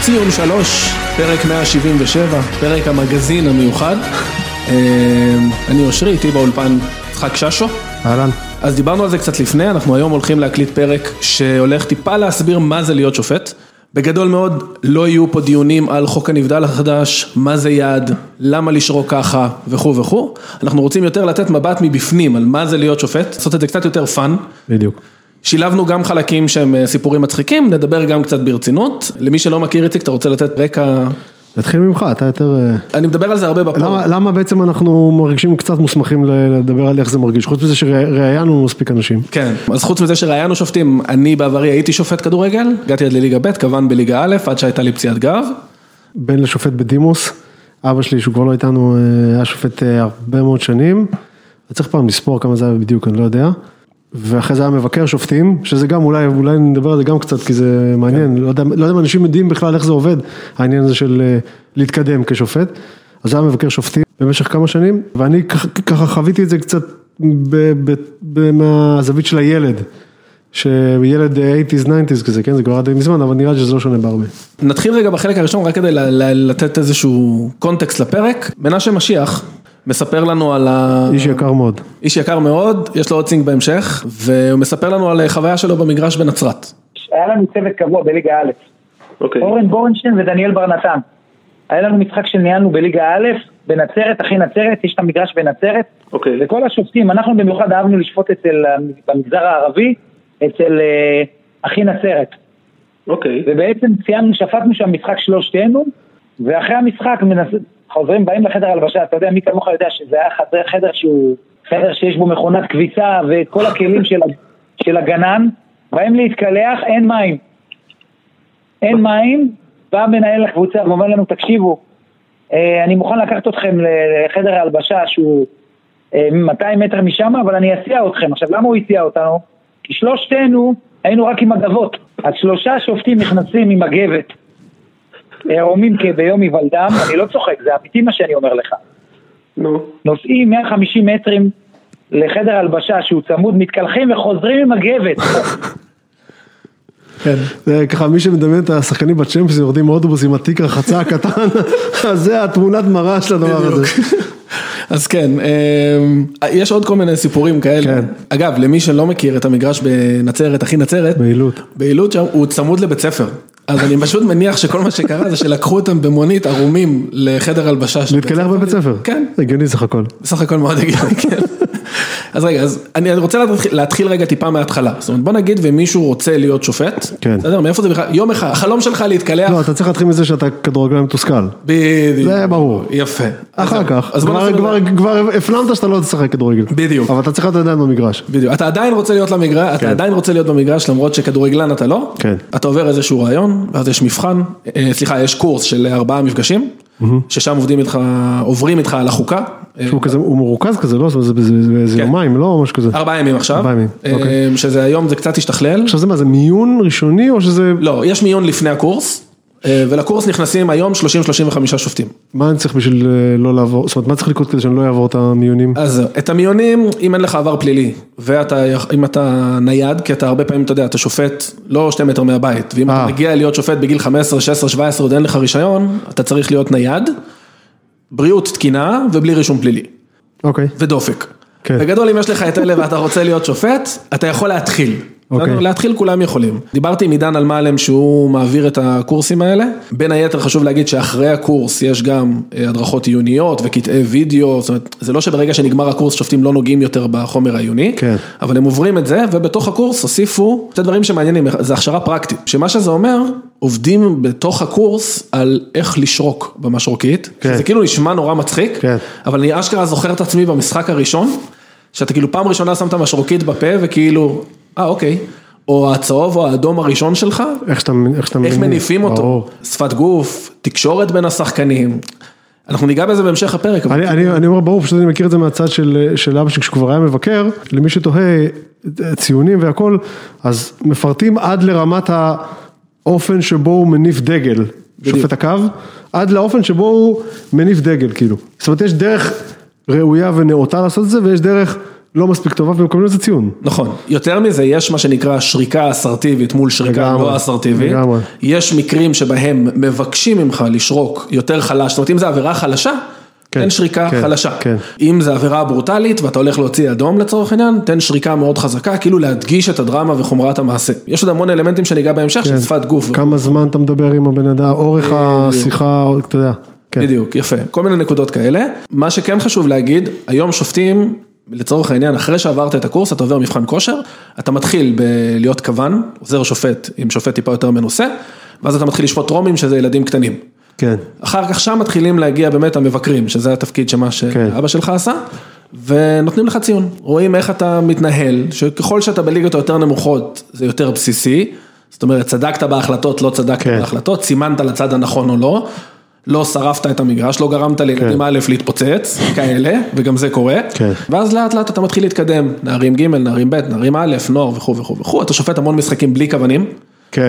ציון 3, פרק 177, פרק המגזין המיוחד. אני אושרי, איתי באולפן יצחק ששו. אהלן. אז דיברנו על זה קצת לפני, אנחנו היום הולכים להקליט פרק שהולך טיפה להסביר מה זה להיות שופט. בגדול מאוד לא יהיו פה דיונים על חוק הנבדל החדש, מה זה יעד, למה לשרוק ככה וכו' וכו'. אנחנו רוצים יותר לתת מבט מבפנים על מה זה להיות שופט, לעשות את זה קצת יותר פן. בדיוק. שילבנו גם חלקים שהם סיפורים מצחיקים, נדבר גם קצת ברצינות. למי שלא מכיר איציק, אתה רוצה לתת רקע? נתחיל ממך, אתה יותר... אני מדבר על זה הרבה בפרק. למה בעצם אנחנו מרגישים קצת מוסמכים לדבר על איך זה מרגיש? חוץ מזה שראיינו מספיק אנשים. כן, אז חוץ מזה שראיינו שופטים, אני בעברי הייתי שופט כדורגל, הגעתי עד לליגה ב', כוון בליגה א', עד שהייתה לי פציעת גב. בן לשופט בדימוס, אבא שלי שהוא כבר לא איתנו, היה שופט הרבה מאוד שנים, צריך פעם לספור כמה זה היה בדיוק, אני לא יודע. ואחרי זה היה מבקר שופטים, שזה גם אולי נדבר על זה גם קצת, כי זה מעניין, לא יודע אם אנשים יודעים בכלל איך זה עובד, העניין הזה של להתקדם כשופט, אז היה מבקר שופטים במשך כמה שנים, ואני ככה חוויתי את זה קצת מהזווית של הילד, שילד 80s, 90s כזה, כן, זה כבר עד מזמן, אבל נראה שזה לא שונה בהרבה. נתחיל רגע בחלק הראשון, רק כדי לתת איזשהו קונטקסט לפרק. מנשה משיח מספר לנו על איש יקר מאוד. איש יקר מאוד, יש לו עוד צינק בהמשך, והוא מספר לנו על חוויה שלו במגרש בנצרת. היה לנו צוות קבוע בליגה א', אורן בורנשטיין ודניאל בר נתן. היה לנו משחק שניהלנו בליגה א', בנצרת, אחי נצרת, יש את המגרש בנצרת, וכל השופטים, אנחנו במיוחד אהבנו לשפוט במגזר הערבי, אצל אחי נצרת. ובעצם שפטנו שם משחק שלושתנו, ואחרי המשחק חוזרים, באים לחדר הלבשה, אתה יודע, מי כמוך יודע שזה היה חדר שהוא, חדר שיש בו מכונת כביסה וכל הכלים של הגנן, באים להתקלח, אין מים, בא מנהל לקבוצה ואומר לנו, תקשיבו, אני מוכן לקחת אתכם לחדר הלבשה שהוא 200 מטר משם, אבל אני אסיע אתכם. עכשיו, למה הוא הסיע אותנו? כי שלושתנו היינו רק עם מגבות, אז 3 שופטים נכנסים עם מגבת, ערומים כביום היוולדם, אני לא צוחק, זה אמיתי מה שאני אומר לך. נוסעים 150 מטרים לחדר הלבשה שהוא צמוד, מתקלחים וחוזרים עם מגבת. כן. זה ככה, מי שמדמיין את השחקנים בצ'מפיונס יורדים מאוטובוס עם התיק הרחצה הקטן, אז זה התמונת מראה של הדבר הזה. אז כן, יש עוד כל מיני סיפורים כאלה. אגב, למי שלא מכיר את המגרש בנצרת, אחי נצרת, בעילות שם, הוא צמוד לבית ספר. אז אני פשוט מניח שכל מה שקרה זה שלקחו אותם במונית ערומים לחדר הלבשה. להתקלח בבית ספר? כן. הגיוני סך הכל. סך הכל מאוד הגיוני, כן. אז רגע, אז אני רוצה להתחיל רגע טיפה מההתחלה. זאת אומרת, בוא נגיד ומישהו רוצה להיות שופט. כן. בסדר, מאיפה זה בכלל? יום אחד, החלום שלך להתקלח. לא, אתה צריך להתחיל מזה שאתה כדורגלן מתוסכל. בדיוק. זה ברור. יפה. אחר כך. כבר הפנמת שאתה לא תשחק כדורגל. בדיוק. אבל אתה צריך להיות עדיין במגרש. בדיוק. אתה עדיין רוצה להיות למגרש, אתה עדיין רוצה להיות במגרש, למרות שכדורגלן אתה לא. כן. אתה עובר איזשהו רעיון, ואז יש מבחן, יש קורס של 4 מפגשים, ששם עוברים איתך על החוקה. הוא מרוכז כזה, לא? זה יומיים, לא? משהו כזה. 4 ימים עכשיו. 4 ימים. שזה היום זה קצת השתכלל. עכשיו זה מה, זה מיון ראשוני או שזה... לא, יש מיון לפני הקורס, ולקורס נכנסים היום 30-35 שופטים. מה אני צריך בשביל לא לעבור, זאת אומרת, מה צריך לקרות כדי שאני לא אעבור את המיונים? אז את המיונים, אם אין לך עבר פלילי, ואם אתה נייד, כי אתה הרבה פעמים, אתה יודע, אתה שופט לא 2 מטר מהבית, ואם אתה מגיע להיות שופט בגיל 15, 16, 17, עוד אין לך רישיון, אתה צריך להיות נייד, בריאות תקינה, ובלי רישום פלילי. אוקיי. ודופק. בגדול, אם יש לך את אלה ואתה רוצה להיות שופט, אתה יכול להתחיל. להתחיל כולם יכולים. דיברתי עם עידן על מעלם שהוא מעביר את הקורסים האלה. בין היתר חשוב להגיד שאחרי הקורס יש גם הדרכות עיוניות וקטעי וידאו. זאת אומרת, זה לא שברגע שנגמר הקורס שופטים לא נוגעים יותר בחומר העיוני, אבל הם עוברים את זה, ובתוך הקורס הוסיפו שתי דברים שמעניינים. זה הכשרה פרקטית. שמה שזה אומר, עובדים בתוך הקורס על איך לשרוק במשרוקית. זה כאילו נשמע נורא מצחיק, אבל אני אשכרה זוכר את עצמי במשחק הראשון, שאתה כאילו פעם ראשונה שמת משרוקית בפה וכאילו אוקיי, או הצהוב או האדום הראשון שלך, איך מניפים אותו, שפת גוף, תקשורת בין השחקנים, אנחנו ניגע בזה בהמשך הפרק. אני אומר ברור, פשוט אני מכיר את זה מהצד של אבא שכשכבר היה מבקר, למי שתוהה ציונים והכל, אז מפרטים עד לרמת האופן שבו הוא מניף דגל, שופט הקו, עד לאופן שבו הוא מניף דגל, כאילו. זאת אומרת, יש דרך ראויה ונאותה לעשות את זה, ויש דרך לא מספיק טובה, והם קוראים לזה ציון. נכון. יותר מזה, יש מה שנקרא שריקה אסרטיבית מול שריקה לא אסרטיבית. יש מקרים שבהם מבקשים ממך לשרוק יותר חלש. זאת אומרת, אם זה עבירה חלשה, תן שריקה חלשה. אם זה עבירה ברוטלית, ואתה הולך להוציא אדום לצורך העניין, תן שריקה מאוד חזקה, כאילו להדגיש את הדרמה וחומרת המעשה. יש עוד המון אלמנטים שניגע בהמשך, של שפת גוף. כמה זמן אתה מדבר עם הבן אדם, אורך השיחה, אתה יודע. בדיוק, יפה. כל מיני נקודות כאלה. מה שכן חשוב להגיד, היום שופטים, לצורך העניין, אחרי שעברת את הקורס, אתה עובר מבחן כושר, אתה מתחיל להיות כוון, עוזר שופט עם שופט טיפה יותר מנוסה, ואז אתה מתחיל לשפוט רומים, שזה ילדים קטנים. כן. אחר כך שם מתחילים להגיע באמת המבקרים, שזה התפקיד שמה שאבא שלך עשה, ונותנים לך ציון. רואים איך אתה מתנהל, שככל שאתה בליגות היותר נמוכות, זה יותר בסיסי, זאת אומרת, צדקת בהחלטות, לא צדקת בהחלטות, סימנת לצד הנכון או לא, לא שרפת את המגרש, לא גרמת לילדים א' להתפוצץ, כאלה, וגם זה קורה, ואז לאט לאט אתה מתחיל להתקדם, נערים ג', נערים ב', נערים א', נוער וכו' וכו' וכו', אתה שופט המון משחקים בלי כוונים. כן,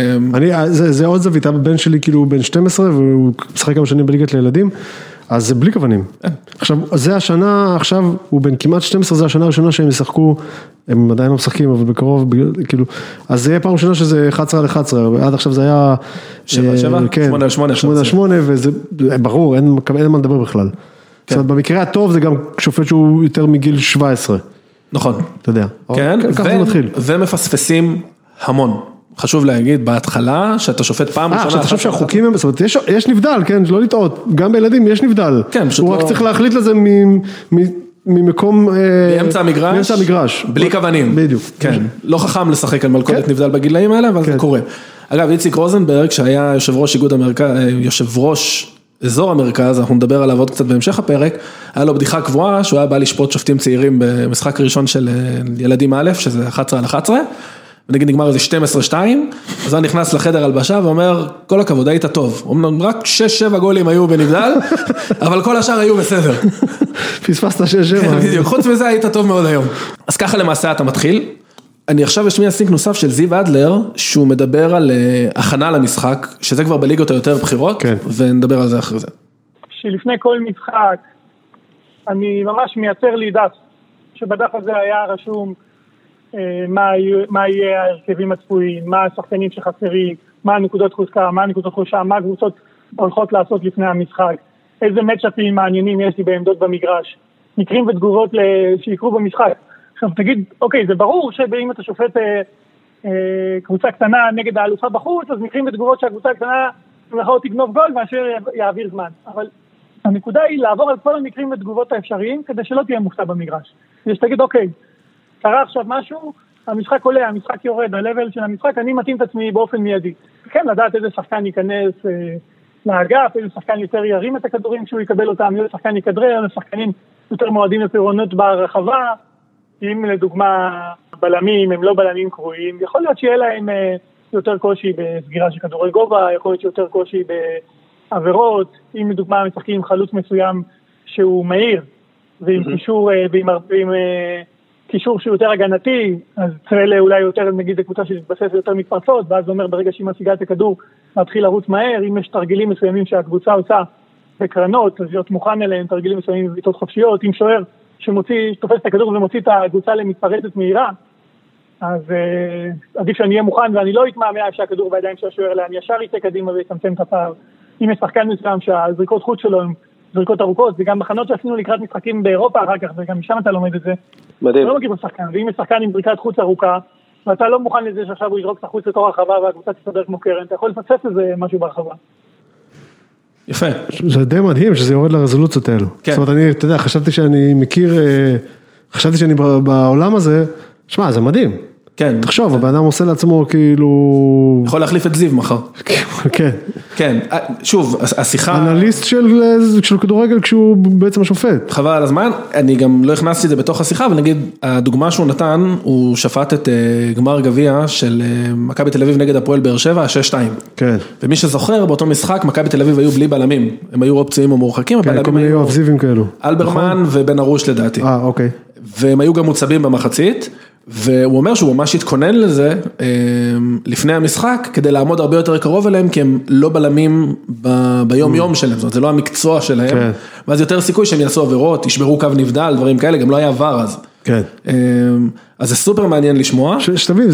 זה עוד זווית, הבן שלי כאילו בן 12, והוא משחק כמה שנים בליגת לילדים, אז זה בלי כוונים. עכשיו, זה השנה, עכשיו הוא בן כמעט 12, זה השנה הראשונה שהם ישחקו, הם עדיין לא משחקים, אבל בקרוב, כאילו, אז זה יהיה פעם ראשונה שזה 11-11, עד עכשיו זה היה 7-7, 8-8, וזה ברור, אין מה לדבר בכלל. זאת אומרת, במקרה הטוב זה גם שופט שהוא יותר מגיל 17. נכון. אתה יודע. כן, ומפספסים המון. חשוב להגיד בהתחלה, שאתה שופט פעם ראשונה. שאתה חושב שהחוקים הם, זאת אומרת, יש נבדל, כן, לא לטעות, גם בילדים יש נבדל. כן, פשוט הוא רק צריך להחליט לזה ממקום... באמצע המגרש. בלי כוונים. בדיוק. כן, לא חכם לשחק על מלכודת נבדל בגילאים האלה, אבל זה קורה. אגב, איציק רוזנברג, שהיה יושב ראש אזור המרכז, אנחנו נדבר עליו עוד קצת בהמשך הפרק, היה לו בדיחה קבועה, שהוא היה בא לשפוט שופטים צעירים במשחק הראשון של ילדים א', שזה 11-11, ונגיד נגמר איזה 12-2, אז הוא נכנס לחדר הלבשה ואומר, כל הכבוד, היית טוב. אומנם רק 6-7 גולים היו בנבדל, אבל כל השאר היו בסדר. פספסת 6-7. בדיוק, חוץ מזה היית טוב מאוד היום. אז ככה למעשה אתה מתחיל. אני עכשיו אשמיע סינק נוסף של זיו אדלר, שהוא מדבר על הכנה למשחק, שזה כבר בליגות היותר בחירות, ונדבר על זה אחרי זה. שלפני כל משחק, אני ממש מייצר לי דף, שבדף הזה היה רשום, מה יהיה ההרכבים הצפויים, מה השחקנים שחסרים, מה הנקודות חוזקה, מה הנקודות חולשה, מה הקבוצות הולכות לעשות לפני המשחק, איזה מצ'אפים מעניינים יש לי בעמדות במגרש, מקרים ותגובות שיקרו במשחק. עכשיו תגיד, אוקיי, זה ברור שאם אתה שופט קבוצה קטנה נגד האלופה בחוץ, אז מקרים ותגובות שהקבוצה הקטנה תגנוב גול מאשר יעביר זמן. אבל הנקודה היא לעבור על כל המקרים ותגובות האפשריים, כדי שלא תהיה מופתע במגרש. כדי שתגיד, אוקיי, קרה עכשיו משהו, המשחק עולה, המשחק יורד, הלבל של המשחק, אני מתאים את עצמי באופן מיידי. כן, לדעת איזה שחקן ייכנס לאגף, איזה שחקן יותר ירים את הכדורים שהוא יקבל אותם, איזה שחקן יכדרר, איזה שחקנים יותר מועדים לפירונות ברחבה, אם לדוגמה בלמים הם לא בלמים קרואים, יכול להיות שיהיה להם יותר קושי בסגירה של כדורי גובה, יכול להיות שיותר קושי בעבירות, אם לדוגמה משחקים עם חלוץ מסוים שהוא מהיר, ועם קישור שהוא יותר הגנתי, אז צרלה אולי יותר, נגיד, לקבוצה שתתבסס יותר מתפרצות, ואז זה אומר ברגע שהיא משיגה את הכדור, להתחיל לרוץ מהר, אם יש תרגילים מסוימים שהקבוצה עושה בקרנות, אז להיות מוכן אליהם, תרגילים מסוימים בביתות חופשיות, עם שוער שתופס את הכדור ומוציא את הקבוצה למתפרצת מהירה, אז עדיף שאני אהיה מוכן ואני לא אתמהמה שהכדור בידיים של השוער, אלא אני ישר יצא קדימה ויצמצם את הפער. אם יש שחקן מסוים שהזריקות חוץ שלו הן זריקות ארוכות, וגם בחנות שעשינו לקראת משחקים באירופה אחר כך, וגם משם אתה לומד את זה. מדהים. אתה לא מגיב בשחקן, ואם יש שחקן עם זריקת חוץ ארוכה, ואתה לא מוכן לזה שעכשיו הוא יזרוק את החוץ לתוך הרחבה והקבוצה תסתדר כמו קרן, אתה יכול לפספס לזה משהו ברחבה. יפה. זה די מדהים שזה יורד לרזולוציות האלו. זאת אומרת, אני, אתה יודע, חשבתי שאני בעולם הזה, שמע, זה מדהים. כן. תחשוב, הבן אדם עושה לעצמו כאילו... יכול להחליף את זיו מחר. כן. כן, שוב, השיחה... אנליסט של כדורגל כשהוא בעצם השופט. חבל על הזמן, אני גם לא הכנסתי את זה בתוך השיחה, ונגיד, הדוגמה שהוא נתן, הוא שפט את גמר גביע של מכבי תל אביב נגד הפועל באר שבע, 6-2. כן. ומי שזוכר, באותו משחק, מכבי תל אביב היו בלי בלמים. הם היו או פצועים או מורחקים, כן, כל מיני היו אבזיבים כאלו. אלברמן ובן ארוש לדעתי. אוקיי. והם היו גם מוצבים במחצית, והוא אומר שהוא ממש התכונן לזה לפני המשחק, כדי לעמוד הרבה יותר קרוב אליהם, כי הם לא בלמים ביום יום שלהם, זאת אומרת, זה לא המקצוע שלהם, ואז יותר סיכוי שהם יעשו עבירות, ישברו קו נבדל, דברים כאלה, גם לא היה עבר אז. כן. אז זה סופר מעניין לשמוע. שתבין,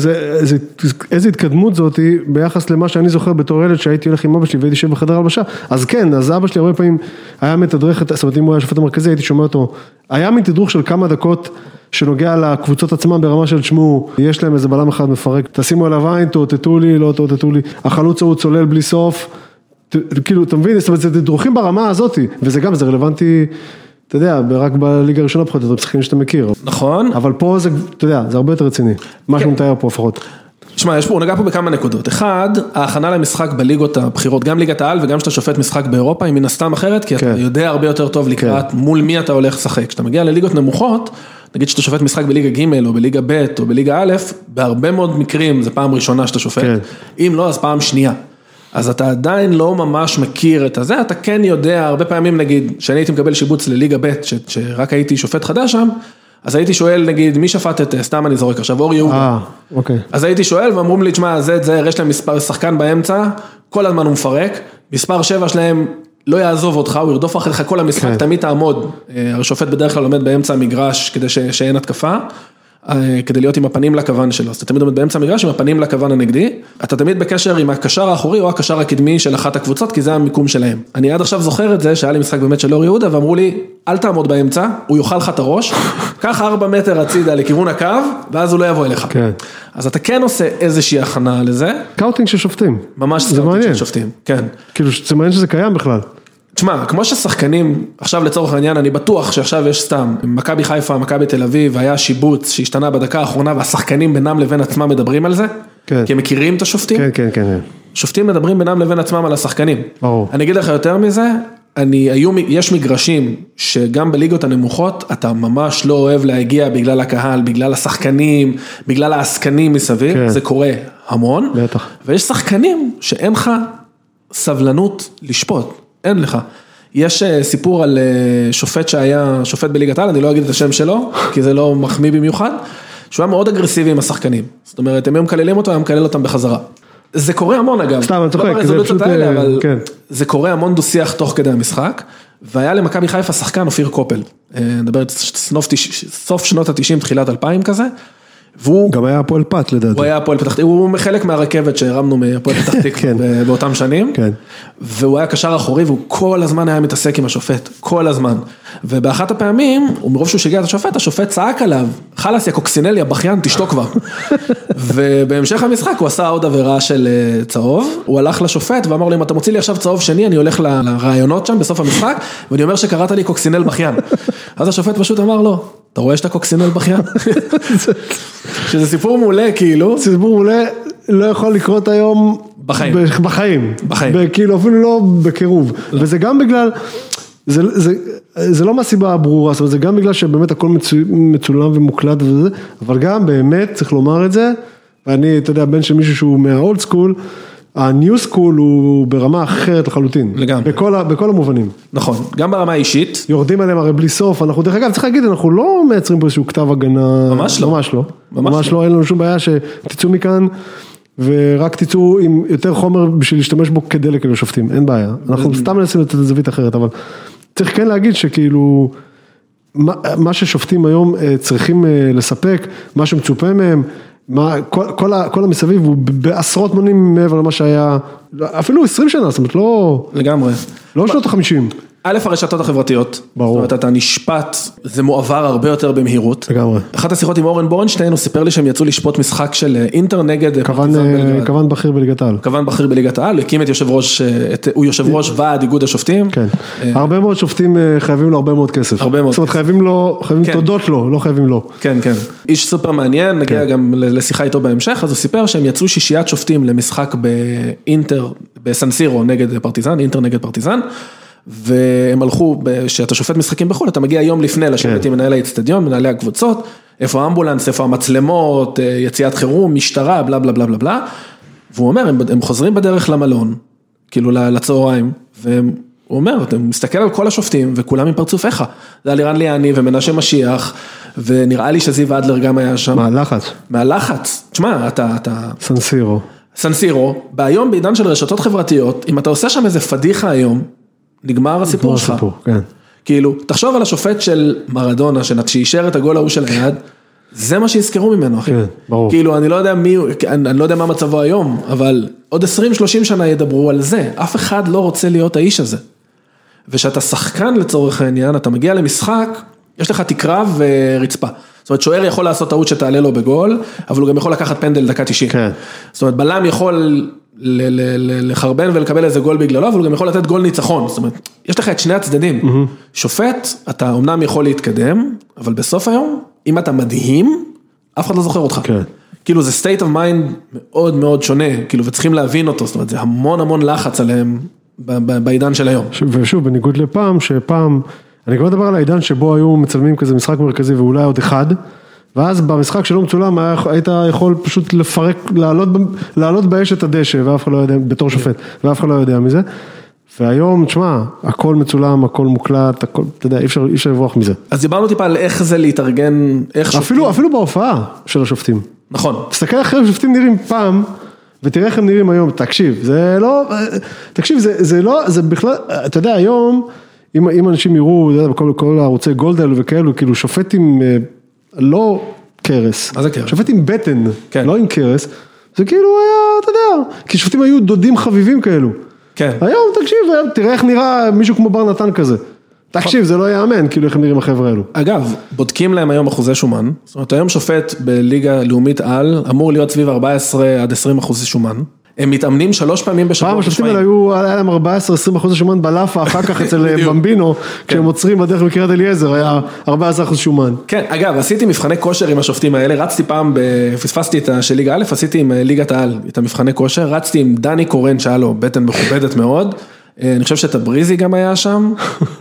איזה התקדמות זאת ביחס למה שאני זוכר בתור ילד שהייתי הולך עם אבא שלי והייתי שב בחדר הלבשה, אז כן, אז אבא שלי הרבה פעמים היה מתדרך, זאת אומרת אם הוא היה שופט המרכזי הייתי שומע אותו, היה מתדרוך של כמה דקות שנוגע לקבוצות עצמם ברמה של שמו, יש להם איזה בלם אחד מפרק, תשימו עליו עין, תאותתו לי, לא תאותתו לי, החלוץ הוא צולל בלי סוף, כאילו, אתה מבין, זאת אומרת, זה תדרוכים ברמה הזאת, וזה גם, זה רלוונטי, אתה יודע, רק בליגה הראשונה פחות, זה משחקים שאתה מכיר. נכון. אבל פה זה, אתה יודע, זה הרבה יותר רציני, מה שהוא מתאר פה לפחות. תשמע, הוא נגע פה בכמה נקודות. אחד, ההכנה למשחק בליגות הבחירות, גם ליגת העל וגם שאתה שופט משחק באירופה, היא מן הסתם אחרת, כי אתה יודע הרבה יותר טוב לקראת מול מי אתה הולך לשחק. כשאתה מגיע לליגות נמוכות, נגיד שאתה שופט משחק בליגה ג' או בליגה ב' או בליגה א', בהרבה מאוד מקרים זה פעם ראשונה שאתה שופט. אם לא, אז פעם שנייה. אז אתה עדיין לא ממש מכיר את הזה, אתה כן יודע, הרבה פעמים נגיד, שאני הייתי מקבל שיבוץ לליגה ב' שרק הייתי שופט חדש שם, אז הייתי שואל נגיד, מי שפט את, סתם אני זורק עכשיו, אור יהודה. אוקיי. אז הייתי שואל ואמרו לי, תשמע, יש להם מספר שחקן באמצע, כל הזמן הוא מפרק, מספר 7 שלהם לא יעזוב אותך, הוא ירדוף אחריך כל המשחק, תמיד תעמוד, השופט בדרך כלל עומד באמצע המגרש כדי שאין התקפה, כדי להיות עם הפנים לכוון שלו, אז אתה תמיד עומד באמצע המגרש עם הפנים לכוון הנגדי, אתה תמיד בקשר עם הקשר האחורי או הקשר הקדמי של אחת הקבוצות, כי זה המיקום שלהם. אני עד עכשיו זוכר את זה, שהיה לי משחק באמת של אור יהודה, ואמרו לי, אל תעמוד באמצע, הוא יאכל לך את הראש, קח 4 מטר הצידה לכיוון הקו, ואז הוא לא יבוא אליך. כן. אז אתה כן עושה איזושהי הכנה לזה. סקאוטינג של שופטים. ממש סקאוטינג של שופטים, כן. כאילו, זה מעניין שזה קיים בכלל. תשמע, כמו ששחקנים, עכשיו לצורך העניין, אני בטוח שעכשיו יש סתם, מכבי חיפה, מכבי תל אביב, היה שיבוץ שהשתנה בדקה האחרונה, והשחקנים בינם לבין עצמם מדברים על זה, כן. כי הם מכירים את השופטים. כן, כן, כן. שופטים מדברים בינם לבין עצמם על השחקנים. ברור. אני אגיד לך יותר מזה, יש מגרשים שגם בליגות הנמוכות, אתה ממש לא אוהב להגיע בגלל הקהל, בגלל השחקנים, בגלל העסקנים מסביב, כן. זה קורה המון. בטח. ויש שחקנים שאין לך סבלנות לשפוט. אין לך. יש סיפור על שופט שהיה שופט בליגת העל, אני לא אגיד את השם שלו, כי זה לא מחמיא במיוחד, שהוא היה מאוד אגרסיבי עם השחקנים. זאת אומרת, הם מקללים אותו, הם מקלל אותם בחזרה. זה קורה המון אגב. סתם, אני צוחק, זה פשוט, זה קורה המון דו-שיח תוך כדי המשחק, והיה למכבי חיפה שחקן אופיר קופל. נדבר את סוף שנות ה-90, תחילת 2000 כזה, והוא גם היה הפועל פת לדעתי. הוא היה הפועל פתח תקווה, הוא חלק מהרכבת שהרמנו מהפועל פתח תקווה באותם שנים, והוא היה קשר אחורי והוא כל הזמן היה מתעסק עם השופט, כל הזמן, ובאחת הפעמים, מרוב שהוא שיגע את השופט, השופט צעק עליו, חלס יא קוקסינל יא בכיין, תשתוק כבר, ובהמשך המשחק הוא עשה עוד עבירה של צהוב, הוא הלך לשופט ואמר לו, אם אתה מוציא לי עכשיו צהוב שני, אני הולך לרעיונות שם בסוף המשחק, ואני אומר שקראת לי קוקסינל בכיין, אז השופט פשוט אמר לו, אתה רואה שאתה קוקסינל בכיין? שזה סיפור מעולה, כאילו. סיפור מעולה, לא יכול לקרות היום בחיים. בחיים. כאילו, אפילו לא בקירוב. וזה גם בגלל, זה לא מהסיבה הברורה, זאת אומרת, זה גם בגלל שבאמת הכל מצולם ומוקלט וזה, אבל גם באמת, צריך לומר את זה, ואני, אתה יודע, בן של מישהו שהוא מהאולד סקול, הניו סקול הוא ברמה אחרת לחלוטין. לגמרי. בכל המובנים. נכון, גם ברמה האישית. יורדים עליהם הרי בלי סוף, אנחנו דרך אגב, צריך להגיד, אנחנו לא מייצרים פה איזשהו כתב הגנה. ממש לא. ממש לא, אין לנו שום בעיה שתצאו מכאן, ורק תצאו עם יותר חומר בשביל להשתמש בו כדי לקבל שופטים, אין בעיה. אנחנו סתם מנסים לתת זווית אחרת, אבל צריך כן להגיד שכאילו, מה ששופטים היום צריכים לספק, מה שמצופה מהם, כל המסביב הוא בעשרות מונים מעבר למה שהיה, אפילו 20 שנה, זאת אומרת לא... לגמרי. לא שנות ה-50. א', הרשתות החברתיות. ברור. זאת אומרת, אתה נשפט, זה מועבר הרבה יותר במהירות. לגמרי. אחת השיחות עם אורן בורנשטיין, הוא סיפר לי שהם יצאו לשפוט משחק של אינטר נגד פרטיזן בלגרד. כוון בכיר בליגת העל. כוון בכיר בליגת העל, הקים את הוא יושב ראש ועד איגוד השופטים. כן. הרבה מאוד שופטים חייבים לו הרבה מאוד כסף. הרבה מאוד. זאת אומרת, חייבים תודות לו, לא חייבים לו. כן, כן. איש סופר מעניין, נגיע גם לשיחה איתו בהמשך, אז הוא סיפר שהם יצאו 6 שופטים למשחק באינטר, בסנסירו נגד פרטיזן, אינטר נגד פרטיזן. והם הלכו, שאתה שופט משחקים בחול, אתה מגיע יום לפני לשבת עם מנהל האצטדיון, מנהלי הקבוצות, איפה האמבולנס, איפה המצלמות, יציאת חירום, משטרה, בלה בלה בלה בלה בלה, והוא אומר, הם חוזרים בדרך למלון, כאילו לצהריים, והוא אומר, אתה מסתכל על כל השופטים, וכולם עם פרצוף איכה, זה אלירן ליאני ומנשה משיח, ונראה לי שזיו אדלר גם היה שם. מהלחץ, תשמע, אתה... סנסירו, ביום בעידן של רשתות חברתיות, אם אתה עושה שם איזה פדיחה היום, נגמר הסיפור שלך. כן. כאילו, תחשוב על השופט של מרדונה, שאישר את הגול ההוא של היד, זה מה שיזכרו ממנו, אחי. כן, ברור. כאילו, אני לא יודע אני לא יודע מה מצבו היום, אבל עוד 20-30 שנה ידברו על זה. אף אחד לא רוצה להיות האיש הזה. ושאתה שחקן לצורך העניין, אתה מגיע למשחק, יש לך תקרה ורצפה. זאת אומרת, שוער יכול לעשות טעות שתעלה לו בגול, אבל הוא גם יכול לקחת פנדל דקה 90. כן. זאת אומרת, בלם יכול לחרבן ולקבל איזה גול בגללו, אבל הוא גם יכול לתת גול ניצחון. זאת אומרת, יש לך את שני הצדדים. שופט, אתה אומנם יכול להתקדם, אבל בסוף היום, אם אתה מדהים, אף אחד לא זוכר אותך. כן. כאילו זה state of mind מאוד מאוד שונה, כאילו, וצריכים להבין אותו, זאת אומרת, זה המון המון לחץ עליהם בעידן של היום. ושוב, בניגוד לפעם, שפעם, אני כבר מדבר על העידן שבו היו מצלמים כזה משחק מרכזי ואולי עוד אחד, ואז במשחק שלא מצולם, היית יכול פשוט לפרק, לעלות באש את הדשא, ואף אחד לא יודע, בתור שופט, ואף אחד לא יודע מזה. והיום, תשמע, הכל מצולם, הכל מוקלט, הכל, אתה יודע, אי אפשר לברוח מזה. אז דיברנו טיפה על איך זה להתארגן, איך שופטים. אפילו בהופעה של השופטים. נכון. תסתכל איך השופטים נראים פעם, ותראה איך הם נראים היום, תקשיב, זה לא, תקשיב, זה לא, זה בכלל, אתה יודע, היום, אם אנשים יראו, כל הערוצי גולדל וכאלו, כאילו שופט עם, לא קרס. מה זה קרס? שופט עם בטן, לא עם קרס, זה כאילו היה, אתה יודע, כי שופטים היו דודים חביבים כאלו. כן. היום, תקשיב, תראה איך נראה מישהו כמו בר נתן כזה. תקשיב, זה לא יאמן, כאילו איך הם נראים החבר'ה האלו. אגב, בודקים להם היום אחוזי שומן, זאת אומרת, היום שופט בליגה לאומית על, אמור להיות סביב 14-20% שומן, הם מתאמנים 3 פעמים בשבוע. פעם השופטים האלה היה להם 14-20% שומן בלאפה, אחר כך אצל במבינו, כשהם עוצרים בדרך בקריית אליעזר, היה 14% שומן. כן, אגב, עשיתי מבחני כושר עם השופטים האלה, רצתי פעם, פספסתי את של ליגה א', עשיתי עם ליגת העל, את המבחני כושר, רצתי עם דני קורן, שהיה לו בטן מכובדת מאוד, אני חושב שטבריזי גם היה שם,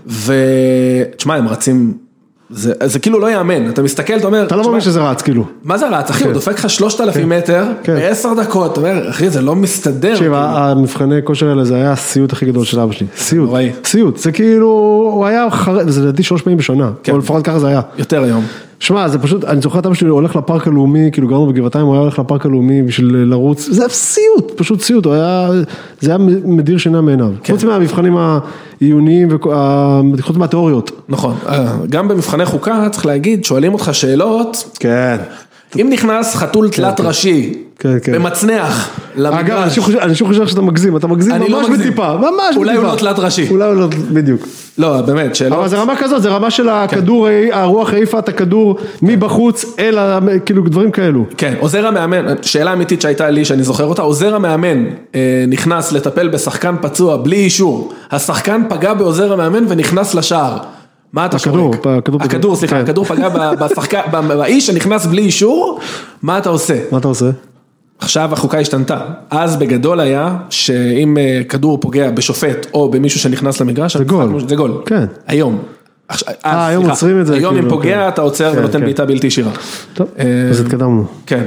ותשמע, הם רצים, זה כאילו לא יאמן, אתה מסתכל, אתה אומר, אתה לא מאמין שזה רץ, כאילו. מה זה רץ? אחי, הוא דופק לך 3,000 מטר, ב10 דקות, אתה אומר, אחי, זה לא מסתדר. תקשיב, המבחני כושר האלה, זה היה הסיוט הכי גדול של אבא שלי, סיוט, זה כאילו, הוא היה חרד, זה לדעתי 3 פעמים בשנה, או לפחות ככה זה היה. יותר היום. שמע, זה פשוט, אני זוכר את אבא שלי הולך לפארק הלאומי, כאילו גרנו בגבעתיים, הוא היה הולך לפארק הלאומי בשביל לרוץ, זה היה סיוט, פשוט סיוט, זה היה מדיר שינה מעיניו. חוץ מהמבחנים העיוניים, חוץ מהתיאוריות. נכון, גם במבחני חוקה צריך להגיד, שואלים אותך שאלות, כן. אם נכנס חתול תלת ראשי, במצנח, אגב, אני שוב חושב שאתה מגזים, אתה מגזים ממש בטיפה, ממש בטיפה. אולי הוא לא תלת ראשי. אולי הוא לא, בדיוק. לא, באמת, שאלות. אבל זה רמה כזאת, זה רמה של הכדור, הרוח העיפה את הכדור מבחוץ, אל כאילו דברים כאלו. כן, עוזר המאמן, שאלה אמיתית שהייתה לי, שאני זוכר אותה, עוזר המאמן נכנס לטפל בשחקן פצוע בלי אישור, השחקן פגע בעוזר המאמן ונכנס לשער. מה אתה שורק? הכדור, סליחה, הכדור פגע באיש שנכנס בלי אישור, מה אתה עושה? מה אתה עושה? עכשיו החוקה השתנתה, אז בגדול היה שאם כדור פוגע בשופט או במישהו שנכנס למגרש, זה גול. זה גול. כן. היום. היום עוצרים את זה. היום אם פוגע אתה עוצר ונותן בעיטה בלתי ישירה. טוב, אז התקדמנו. כן.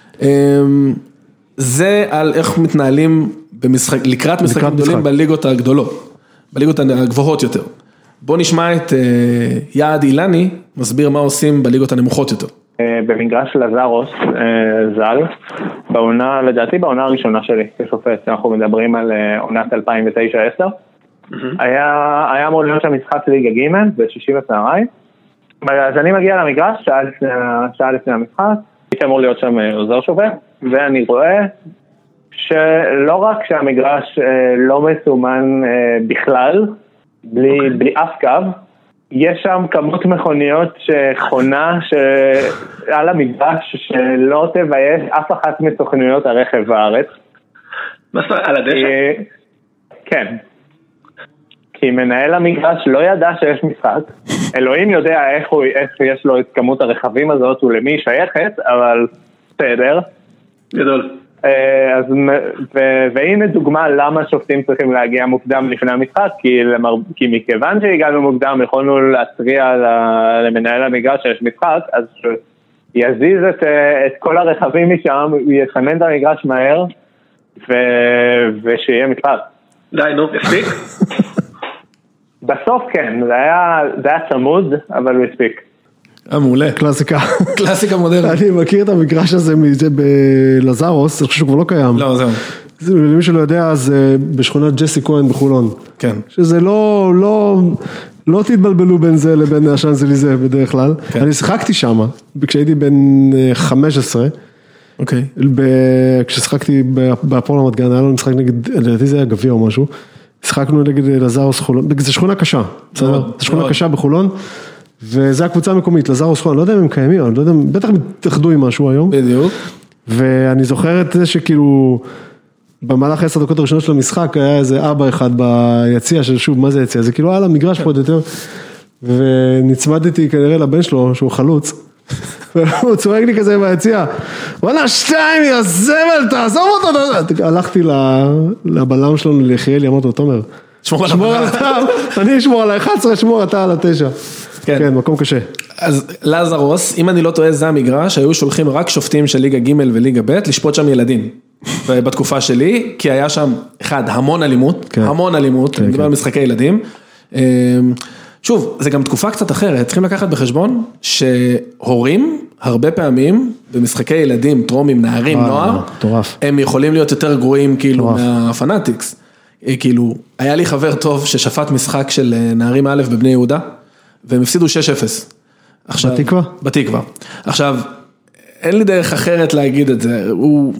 זה על איך מתנהלים לקראת משחקים גדולים בליגות הגדולות, בליגות הגבוהות יותר. בוא נשמע את יעד אילני, מסביר מה עושים בליגות הנמוכות יותר. במגרש לזרוס, זל, לדעתי בעונה הראשונה שלי כשופט, אנחנו מדברים על עונת 2009-10, היה אמור להיות שם משחק ליגה ג' בשישי בצהריים, אז אני מגיע למגרש, שעה לפני המשחק, הייתי אמור להיות שם עוזר שופט, ואני רואה שלא רק שהמגרש לא מסומן בכלל, בלי אף קו, יש שם כמות מכוניות שחונה על המגרש שלא תבייש אף אחת מסוכנויות הרכב בארץ. מה זאת אומרת? על הדשא? כן. כי מנהל המגרש לא ידע שיש משחק, אלוהים יודע איך יש לו את כמות הרכבים הזאת ולמי היא שייכת, אבל בסדר. גדול. והנה דוגמה למה שופטים צריכים להגיע מוקדם לפני המשחק, כי מכיוון שהגענו מוקדם יכולנו להצריע למנהל המגרש שיש משחק, אז יזיז את כל הרכבים משם, יסמן את המגרש מהר ושיהיה משחק. די, נו, הספיק? בסוף כן, זה היה צמוד, אבל הוא הספיק. מעולה. קלאסיקה. קלאסיקה מודרנית. אני מכיר את המגרש הזה מזה בלזרוס, אני חושב שהוא כבר לא קיים. לא, זהו. למי שלא יודע, זה בשכונת ג'סי כהן בחולון. כן. שזה לא תתבלבלו בין זה לבין השאנזליזה בדרך כלל. אני שיחקתי שם, כשהייתי בן 15. אוקיי. כששיחקתי בהפועל רמת גן, היה לנו משחק נגד, לדעתי זה היה גביע או משהו, שיחקנו נגד לזרוס חולון, זה שכונה קשה, בסדר? זה שכונה קשה בחולון, וזה הקבוצה המקומית, לזרוס חולון, לא יודע אם הם קיימים, אני לא יודע, בטח מתאחדו עם משהו היום. בדיוק. ואני זוכר את זה שכאילו, במהלך 10 דקות הראשונות של המשחק, היה איזה אבא אחד ביציע, ששוב, מה זה יציע? זה כאילו היה לה מגרש פה יותר, ונצמדתי כנראה לבן שלו, שהוא חלוץ, והוא צורק לי כזה ביציע, וואלה 2, יא זבל, תעזוב אותו, הלכתי לבלם שלנו ליחיאלי, אמרתי לו, תומר, שמור על אתה, אני אשמור על ה-11, שמור אתה על ה-9, כן, מקום קשה. אז לזרוס, אם אני לא טועה, זה המגרש, היו שולחים רק שופטים של ליגה ג' וליגה ב' לשפוט שם ילדים, בתקופה שלי, כי היה שם, אחד, המון אלימות, אני מדבר על משחקי ילדים, שוב, זה גם תקופה קצת אחרת, צריכים לקחת בחשבון שהורים, הרבה פעמים, במשחקי ילדים, טרומים, נערים, נוער, הם יכולים להיות יותר גרועים כאילו מהפנאטיקס. כאילו, היה לי חבר טוב ששפט משחק של נערים א' בבני יהודה, והם הפסידו 6-0. בתקווה? בתקווה. עכשיו, אין לי דרך אחרת להגיד את זה,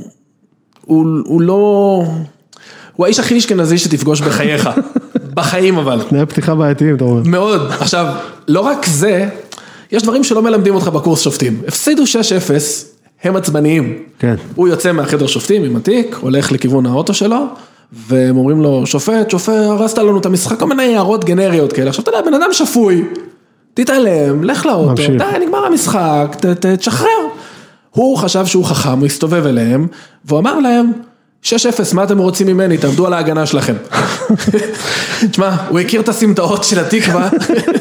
הוא לא... הוא האיש הכי אשכנזי שתפגוש בחייך, בחיים אבל. תנאי פתיחה בעייתיים, אתה אומר. מאוד. עכשיו, לא רק זה, יש דברים שלא מלמדים אותך בקורס שופטים. הפסידו 6-0, הם עצבניים. כן. הוא יוצא מהחדר שופטים עם התיק, הולך לכיוון האוטו שלו, והם אומרים לו, שופט, הרסת לנו את המשחק, כל מיני הערות גנריות כאלה. עכשיו, אתה יודע, בן אדם שפוי, תתעלם, לך לאוטו, די, נגמר המשחק, תשחרר. הוא חשב שהוא חכם, הוא הסתובב אליהם, והוא אמר להם, 6-0, מה אתם רוצים ממני? תעבדו על ההגנה שלכם. תשמע, הוא הכיר את הסמטאות של התקווה.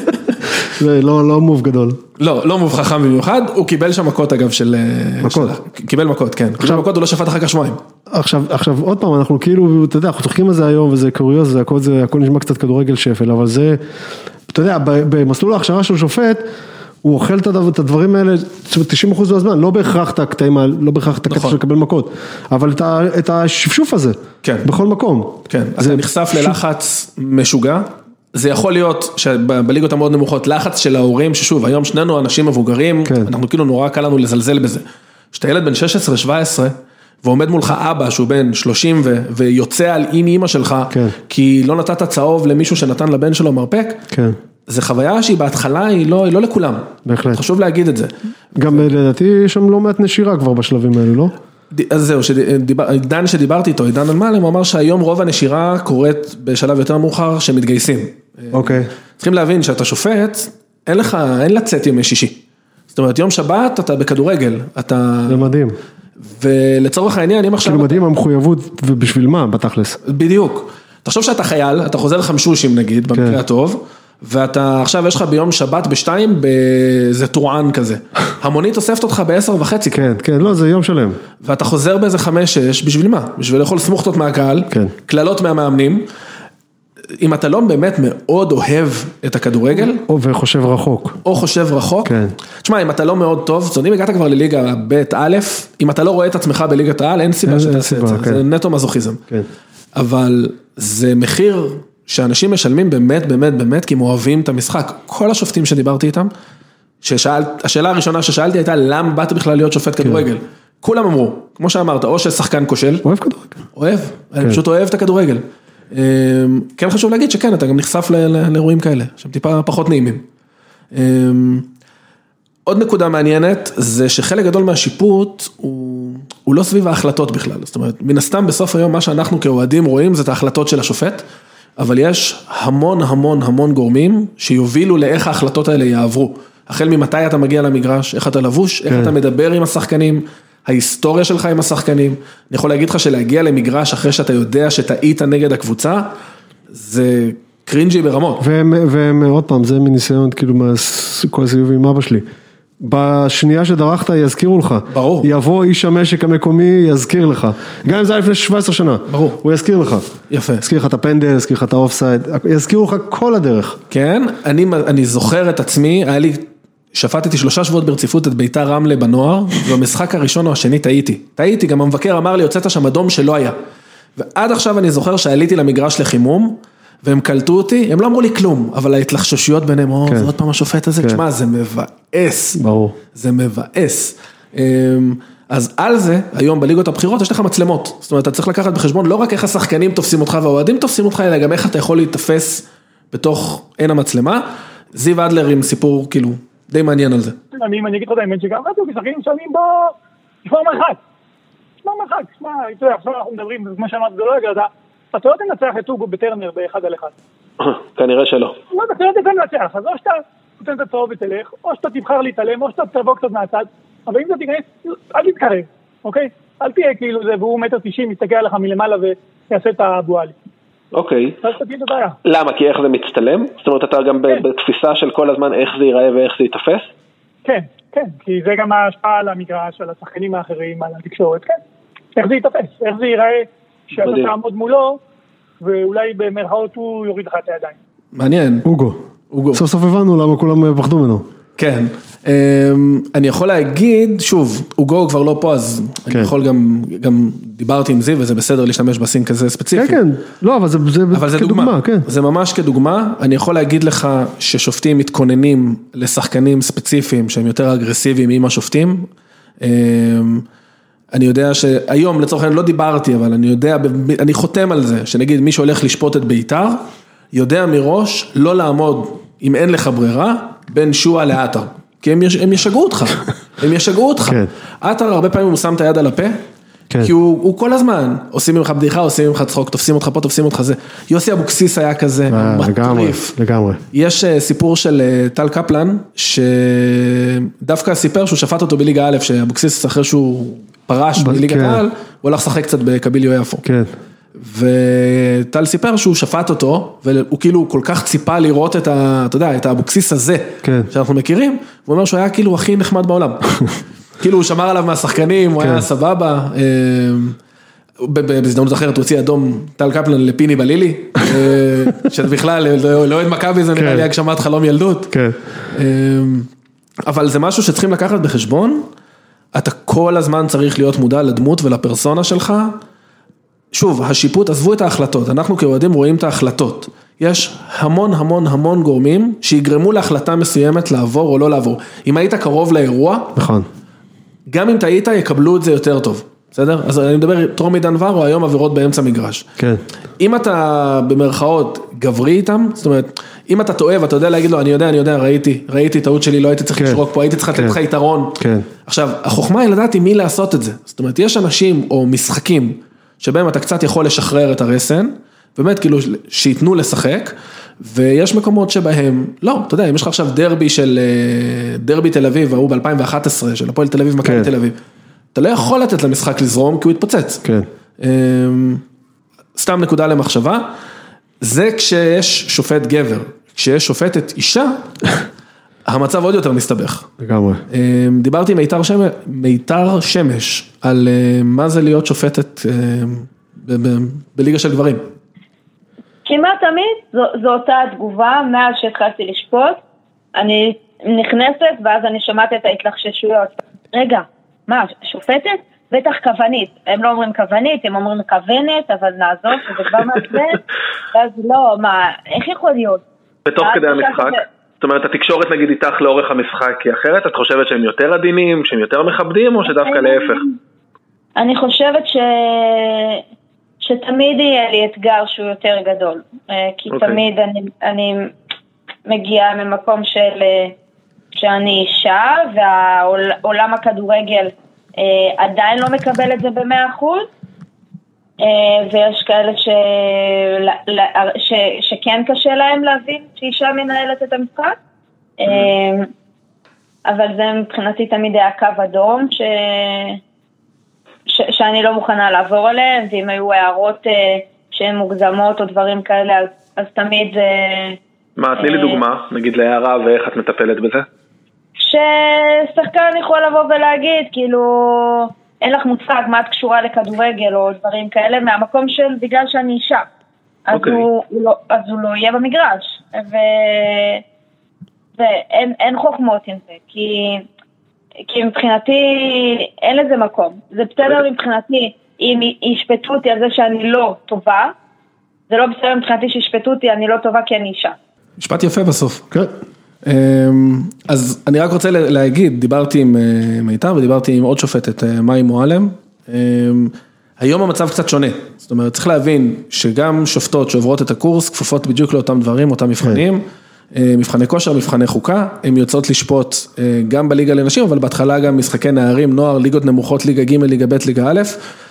זה לא מוב גדול. לא מוב חכם במיוחד, הוא קיבל שם מכות אגב של... מכות? קיבל מכות, כן. קיבל מכות, הוא לא שפט אחר כך שבועיים. עכשיו, עוד פעם, אנחנו כאילו, אתה יודע, אנחנו צוחקים על זה היום, וזה קוריוז, הכל נשמע קצת כדורגל שפל, אבל זה, אתה יודע, במסלול ההכשרה של שופט, הוא אוכל את הדברים האלה 90% מהזמן, לא בהכרח את הקטעים, לא בהכרח את הקטע של לקבל מכות, אבל את השפשוף הזה, בכל מקום. כן, אתה נחשף ללחץ משוגע, זה יכול להיות שבליגות המאוד נמוכות, לחץ של ההורים, ששוב, היום שנינו אנשים מבוגרים, אנחנו כאילו נורא קל לנו לזלזל בזה. שאתה ילד בן 16-17, ועומד מולך אבא שהוא בן 30 ויוצא על אמא שלך, כי לא נתת צהוב למישהו שנתן לבן שלו מרפק, זה חוויה שהיא בהתחלה היא לא לכולם. בהחלט. חשוב להגיד את זה. גם לדעתי יש שם לא מעט נשירה כבר בשלבים האלו, לא? אז זהו, עידן שדיברתי איתו, עידן אלמלם, הוא אמר שהיום רוב הנשירה קורית בשלב יותר מאוחר שמתגייסים. אוקיי. צריכים להבין שאתה שופט, אין לצאת ימי שישי. זאת אומרת, יום שבת אתה בכדורגל, זה מדהים. ולצורך העניין, אם עכשיו... כאילו מדהים המחויבות ובשביל מה, בתכלס. בדיוק. תחשוב שאתה חייל, אתה חוזר לחמשושים נגיד, במקרה הטוב, ואתה עכשיו יש לך ביום שבת ב2 באיזה טורען כזה. המונית אוספת אותך ב10:30. כן, כן, לא, זה יום שלם. ואתה חוזר באיזה 5-6, בשביל מה? בשביל לאכול סמוכתות מהקהל, כללות מהמאמנים. אם אתה לא באמת מאוד אוהב את הכדורגל. וחושב רחוק. או חושב רחוק. כן. תשמע, אם אתה לא מאוד טוב, זאת אומרת, אם הגעת כבר לליגה ב' א', אם אתה לא רואה את עצמך בליגת העל, אין סיבה שתעשה את זה. זה נטו מזוכיזם. כן. אבל זה מחיר שאנשים משלמים באמת, כי הם אוהבים את המשחק. כל השופטים שדיברתי איתם, השאלה הראשונה ששאלתי הייתה, למה באת בכלל להיות שופט כדורגל? כולם אמרו, כמו שאמרת, או ששחקן כושל. אוהב כדורגל. אוהב, אני פשוט אוהב את הכדורגל. כן חשוב להגיד שכן, אתה גם נחשף לאירועים כאלה, שהם טיפה פחות נעימים. עוד נקודה מעניינת, זה שחלק גדול מהשיפוט, הוא לא סביב ההחלטות בכלל. זאת אומרת, מן הסתם בסוף היום, מה שאנחנו כאוהדים רואים, זה את ההחלטות של השופט, אבל יש המון גורמים, שיובילו לאיך ההחלטות האלה יעברו. החל ממתי אתה מגיע למגרש, איך אתה לבוש, איך אתה מדבר עם השחקנים, ההיסטוריה שלך עם השחקנים. אני יכול להגיד לך שלהגיע למגרש אחרי שאתה יודע שטעית נגד הקבוצה, זה קרינג'י ברמות. והם עוד פעם, זה מניסיון כאילו כל הסיבוב עם אבא שלי. בשנייה שדרכת יזכירו לך. ברור. יבוא איש המשק המקומי, יזכיר לך. גם אם זה היה לפני 17 שנה. ברור. הוא יזכיר לך. יפה. יזכיר לך את הפנדל, יזכיר לך את האופסייד, יזכירו לך כל הדרך. כן, אני זוכר את עצמי, שפטתי 3 שבועות ברציפות את ביתר רמלה בנוער, ובמשחק הראשון או השני טעיתי, גם המבקר אמר לי, הוצאת שם אדום שלא היה, ועד עכשיו אני זוכר שעליתי למגרש לחימום, והם קלטו אותי, הם לא אמרו לי כלום, אבל ההתלחששויות ביניהם, זה עוד פעם השופט הזה, תשמע, זה מבאס. ברור. זה מבאס. אז על זה, היום בליגות הבחירות, יש לך מצלמות. זאת אומרת, אתה צריך לקחת בחשבון, לא רק איך השחקנים תופסים אותך, והאוהדים תופסים אותך, אלא גם איך אתה יכול להתאפס בתוך עין המצלמה. זיו אדלר עם סיפור, כאילו, די מעניין על זה. אני אגיד לך את האמת שגם, כשחקנים שמים בו, תשמע מרחק. תשמע, עכשיו אנחנו מדברים, כמו שאמרת, זה לא אגדה. אתה לא תנצח את אוגו בטרנר באחד על אחד. כנראה שלא. לא, אתה לא תנצח, אז או שאתה נותן את הצהוב ותלך, או שאתה תבחר להתעלם, או שאתה תבוא קצת מהצד, אבל אם אתה תיכנס, אל תתקרב, אוקיי? אל תהיה כאילו זה, והוא 1.90 מסתכל עליך מלמעלה ויעשה את הבועלי. אוקיי. אז תגיד את הבעיה. למה? כי איך זה מצטלם? זאת אומרת, אתה גם בתפיסה של כל הזמן איך זה ייראה ואיך זה יתפס? כן, כי זה גם ההשפעה על המגרש, על השחקנים האחרים, על התקשורת, כן. איך זה יתפס? איך זה ייראה שאתה תעמוד מולו, ואולי במרכאות הוא יוריד לך את הידיים. מעניין. אוגו. סוף סוף הבנו למה כולם פחדו ממנו. כן. אני יכול להגיד, שוב, אוגו כבר לא פה, אז אני יכול גם דיברתי עם זיו, וזה בסדר להשתמש בסינק הזה ספציפי. כן, לא, אבל זה כדוגמה, כן. זה ממש כדוגמה. אני יכול להגיד לך ששופטים מתכוננים לשחקנים ספציפיים, שהם יותר אגרסיביים עם השופטים. אני יודע שהיום לצורך העניין לא דיברתי, אבל אני חותם על זה, שנגיד מי שהולך לשפוט את ביתר, יודע מראש לא לעמוד, אם אין לך ברירה, בין שועה לאתר. כי הם ישגעו אותך. אתר הרבה פעמים הוא שם את היד על הפה, כי הוא כל הזמן, עושים ממך בדיחה, עושים ממך צחוק, תופסים אותך פה, תופסים אותך זה. יוסי אבוקסיס היה כזה, מטריף. לגמרי. יש סיפור של טל קפלן, שדווקא סיפר שהוא שפט אותו בליגה א', שאבוקסיס אחרי שהוא פרש בליגת העל, הוא הלך לשחק קצת בקביליו יפו. כן. וטל סיפר שהוא שפט אותו, והוא כאילו כל כך ציפה לראות את אתה יודע, את האבוקסיס הזה, שאנחנו מכירים, הוא אומר שהוא היה כאילו הכי נחמד בעולם. כאילו הוא שמר עליו מהשחקנים, הוא היה סבבה, בהזדמנות אחרת הוא הוציא אדום טל קפלן לפיני בלילי, שזה בכלל, לא אוהד מכבי, זה נראה לי הגשמת חלום ילדות. אבל זה משהו שצריכים לקחת בחשבון, אתה כל הזמן צריך להיות מודע לדמות ולפרסונה שלך, שוב, השיפוט, עזבו את ההחלטות, אנחנו כאוהדים רואים את ההחלטות, יש המון גורמים שיגרמו להחלטה מסוימת לעבור או לא לעבור, אם היית קרוב לאירוע, נכון. גם אם היית יקבלו את זה יותר טוב, בסדר? אז אני מדבר, טרומי דנברו, היום עבירות באמצע מגרש. כן. אם אתה במרכאות גברי איתם, זאת אומרת, אם אתה טועה ואתה יודע להגיד לו, אני יודע, ראיתי טעות שלי, לא הייתי צריך לשרוק פה, הייתי צריך לתת לך יתרון. כן. עכשיו, החוכמה היא לדעת עם מי לעשות את זה. זאת אומרת, יש אנשים או משחקים שבהם אתה קצת יכול לשחרר את הרסן, באמת כאילו שיתנו לשחק, ויש מקומות שבהם, לא, אתה יודע, אם יש לך עכשיו דרבי תל אביב, ההוא ב-2011, של הפועל תל אביב, מכבי תל אביב, אתה לא יכול לתת למשחק לזרום, כי הוא יתפוצץ. כן. סתם נקודה למחשבה, זה כשיש שופט גבר, כשיש שופטת אישה, המצב עוד יותר מסתבך. לגמרי. דיברתי עם מיתר שמש, על מה זה להיות שופטת בליגה של גברים. כמעט תמיד, זו אותה התגובה, מאז שהתחלתי לשפוט, אני נכנסת ואז אני שמעת את ההתלחששויות. רגע, מה, שופטת? בטח כוונית, הם לא אומרים כוונית, הם אומרים כוונת, אבל נעזוב, שזה כבר מעצבן, ואז לא, מה, איך יכול להיות? בתוך כדי המשחק? זאת אומרת, התקשורת נגיד איתך לאורך המשחק היא אחרת, את חושבת שהם יותר עדינים, שהם יותר מכבדים, או שדווקא להפך? אני חושבת שתמיד יהיה לי אתגר שהוא יותר גדול, כי תמיד אני מגיעה ממקום שאני אישה, והעולם הכדורגל עדיין לא מקבל את זה ב100%, ויש כאלה שכן קשה להם להבין שאישה מנהלת את המשחק, אבל זה מבחינתי תמיד היה קו אדום שאני לא מוכנה לעבור עליהם, ואם היו הערות שהן מוגזמות או דברים כאלה, אז תמיד זה... מה, תני לי דוגמה, נגיד להערה ואיך את מטפלת בזה? ששחקן יכול לבוא ולהגיד, כאילו, אין לך מושג מה את קשורה לכדורגל או דברים כאלה, מהמקום של בגלל שאני אישה. אז הוא לא יהיה במגרש. ואין חוכמות עם זה, כי מבחינתי אין לזה מקום. זה בסדר מבחינתי אם ישפטו אותי על זה שאני לא טובה, זה לא בסדר מבחינתי שישפטו אותי, אני לא טובה כי אני אישה. משפט יפה בסוף. כן. אז אני רק רוצה להגיד, דיברתי עם מיתר ודיברתי עם עוד שופטת, מאי מועלם, היום המצב קצת שונה, זאת אומרת צריך להבין שגם שופטות שעוברות את הקורס, כפופות בדיוק לאותם דברים, אותם מבחנים, מבחני כושר, מבחני חוקה, הן יוצאות לשפוט גם בליגה לנשים, אבל בהתחלה גם משחקי נערים, נוער, ליגות נמוכות, ליגה ג', ליגה ב', ליגה א',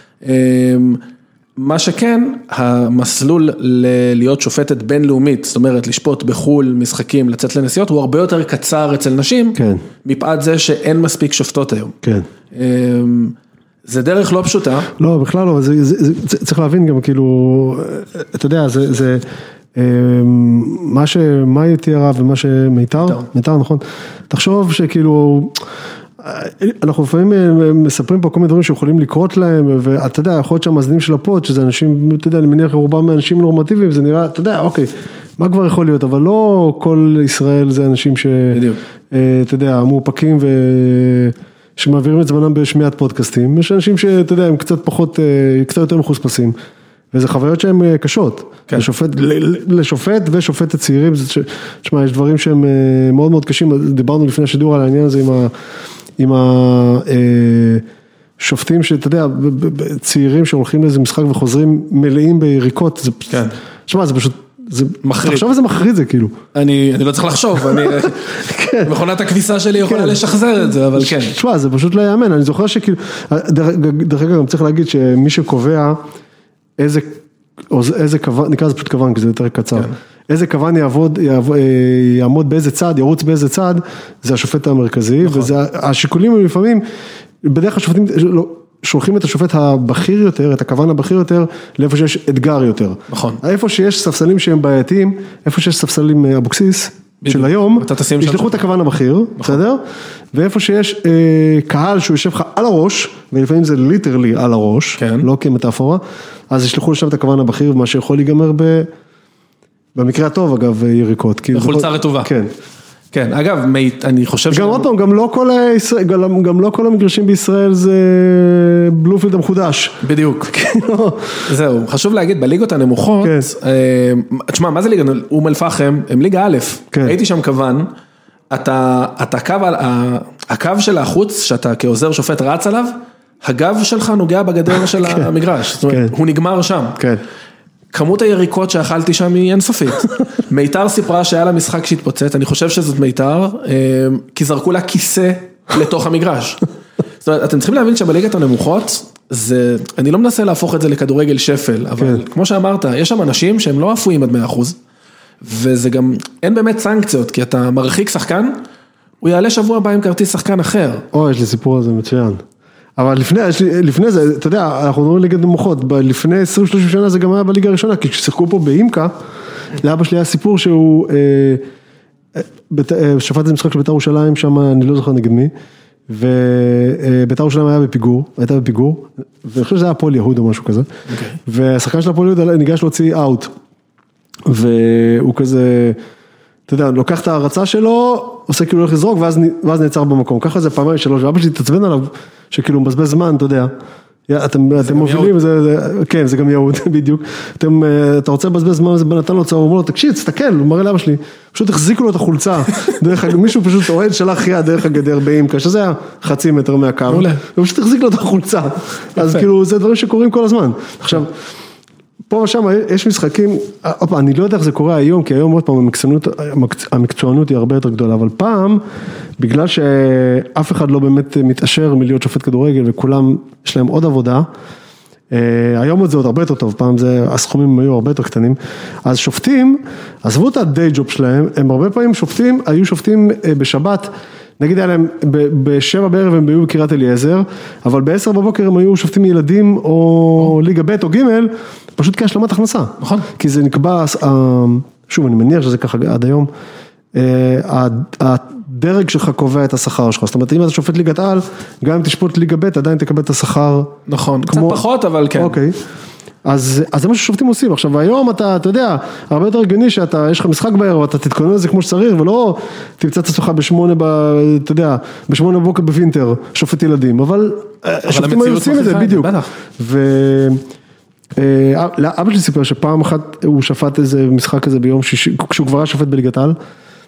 מה שכן, המסלול להיות שופטת בינלאומית, זאת אומרת לשפוט בחול, משחקים, לצאת לנסיעות, הוא הרבה יותר קצר אצל נשים, כן. מפאת זה שאין מספיק שופטות היום. כן. זה דרך לא פשוטה. לא, בכלל לא, צריך להבין גם כאילו, אתה יודע, זה מה שמאי תיארה ומה שמיתר, נכון? תחשוב שכאילו, אנחנו לפעמים מספרים פה כל מיני דברים שיכולים לקרות להם, ואתה יודע, יכול להיות שהמאזינים של הפוד, שזה אנשים, אתה יודע, אני מניח רובם מאנשים נורמטיביים, זה נראה, אתה יודע, אוקיי, מה כבר יכול להיות, אבל לא כל ישראל זה אנשים ש, אתה יודע, מאופקים שמעבירים את זמנם בשמיעת פודקאסטים, יש אנשים שאתה יודע, הם קצת פחות, קצת יותר מחוספסים, וזה חוויות שהן קשות, לשופט ושופטת צעירים, תשמע, יש דברים שהם מאוד מאוד קשים, דיברנו לפני השידור על העניין הזה עם השופטים שאתה יודע, צעירים שהולכים לאיזה משחק וחוזרים מלאים ביריקות, תשמע, זה פשוט, תחשוב איזה מחריד זה כאילו. אני לא צריך לחשוב, מכונת הכביסה שלי יכולה לשחזר את זה, אבל כן. תשמע, זה פשוט לא יאמן, אני זוכר שכאילו, דרך אגב גם צריך להגיד שמי שקובע איזה כוון, נקרא זה פשוט כוון, כי זה יותר קצר, איזה כוון יעמוד באיזה צד, ירוץ באיזה צד, זה השופט המרכזי, והשיקולים הם לפעמים, בדרך כלל השופטים שולחים את השופט הבכיר יותר, את הכוון הבכיר יותר, לאיפה שיש אתגר יותר. נכון. איפה שיש ספסלים שהם בעייתיים, איפה שיש ספסלים אבוקסיס, של היום, ישלחו את הכוון הבכיר, בסדר? ואיפה שיש קהל שהוא יושב לך על הראש, ולפעמים זה ליטרלי על הראש, לא כמטאפורה, אז ישלחו לשם את הכוון הבכיר, מה שיכול להיגמר במקרה הטוב, אגב, יריקות. בחולצה רטובה. כן. כן, אגב, אני חושב גם עוד פעם, גם לא כל המגרשים בישראל זה בלומפילד המחודש. בדיוק. זהו, חשוב להגיד, בליגות הנמוכות, תשמע, מה זה ליגה? אום אל-פחם, הם ליגה א', הייתי שם כוון, הקו של החוץ, שאתה כעוזר שופט רץ עליו, הגב שלך נוגע בגדר של המגרש, זאת אומרת, הוא נגמר שם. כן. כמות היריקות שאכלתי שם היא אינסופית. מיתר סיפרה שהיה לה משחק שהתפוצץ, אני חושב שזאת מיתר, כי זרקו לה כיסא לתוך המגרש. זאת אומרת, אתם צריכים להבין שבליגת הנמוכות, אני לא מנסה להפוך את זה לכדורגל שפל, אבל כמו שאמרת, יש שם אנשים שהם לא אפויים עד 100%, וזה גם, אין באמת סנקציות, כי אתה מרחיק שחקן, הוא יעלה שבוע הבא עם כרטיס שחקן אחר. יש לי סיפור הזה מצוין. אבל לפני זה, אתה יודע, אנחנו מדברים ליגת נמוכות, לפני 20-30 שנה זה גם היה בליגה הראשונה, כי כששיחקו פה באימקה, לאבא שלי היה סיפור שהוא, שפט את המשחק של בית"ר ירושלים, שם אני לא זוכר נגד מי, ובית"ר ירושלים הייתה בפיגור, ואני חושב שזה היה הפועל יהוד או משהו כזה, והשחקן של הפועל יהוד ניגש להוציא אאוט, והוא כזה, אתה יודע, לוקח את ההרצה שלו, עושה כאילו הולך לזרוק, ואז נעצר במקום, ככה זה פעמיים שלוש, ואבא שלי תצבן עליו, שכאילו מבזבז זמן, אתה יודע, אתם מובילים, כן, זה גם יהוד, בדיוק, אתה רוצה לבזבז זמן, זה בנתן לו צהר, הוא אומר לו, תקשיב, תסתכל, הוא מראה לאבא שלי, פשוט החזיקו לו את החולצה, מישהו פשוט אוהד שלח יד דרך הגדר באימקה, שזה היה 0.5 מטר מהקו, ופשוט החזיק לו את החולצה, אז כאילו, זה דברים שקורים כל הזמן. עכשיו, פה ושם יש משחקים, אני לא יודע איך זה קורה היום, כי היום עוד פעם המקצוענות היא הרבה יותר גדולה, אבל פעם, בגלל שאף אחד לא באמת מתאשר מלהיות שופט כדורגל, וכולם יש להם עוד עבודה, היום זה עוד הרבה יותר טוב, פעם הסכומים היו הרבה יותר קטנים, אז שופטים, עזבו את הדיי ג'וב שלהם, הם הרבה פעמים שופטים, היו שופטים בשבת, נגיד היה להם ב7 בערב הם היו בקריית אליעזר, אבל ב10 בבוקר הם היו שופטים ילדים או ליגה ב' או ג' פשוט כהשלמת הכנסה. נכון. כי זה נקבע, שוב אני מניח שזה ככה עד היום, הדרג שלך קובע את השכר שלך, זאת אומרת אם אתה שופט ליגת על, גם אם תשפוט ליגה ב' עדיין תקבל את השכר. נכון, קצת פחות אבל כן. אוקיי. אז זה מה ששופטים עושים. עכשיו, היום אתה יודע, הרבה יותר הגיוני שאתה, יש לך משחק בערב, אתה תתכונן לזה כמו שצריך, ולא תמצא את עצמך אתה יודע, ב8 בבוקר בווינטר, שופט ילדים, אבל שופטים היו עושים את זה, בדיוק. אבא שלי סיפר שפעם אחת הוא שפט איזה משחק כזה ביום שישי, כשהוא כבר היה שופט בליגת העל,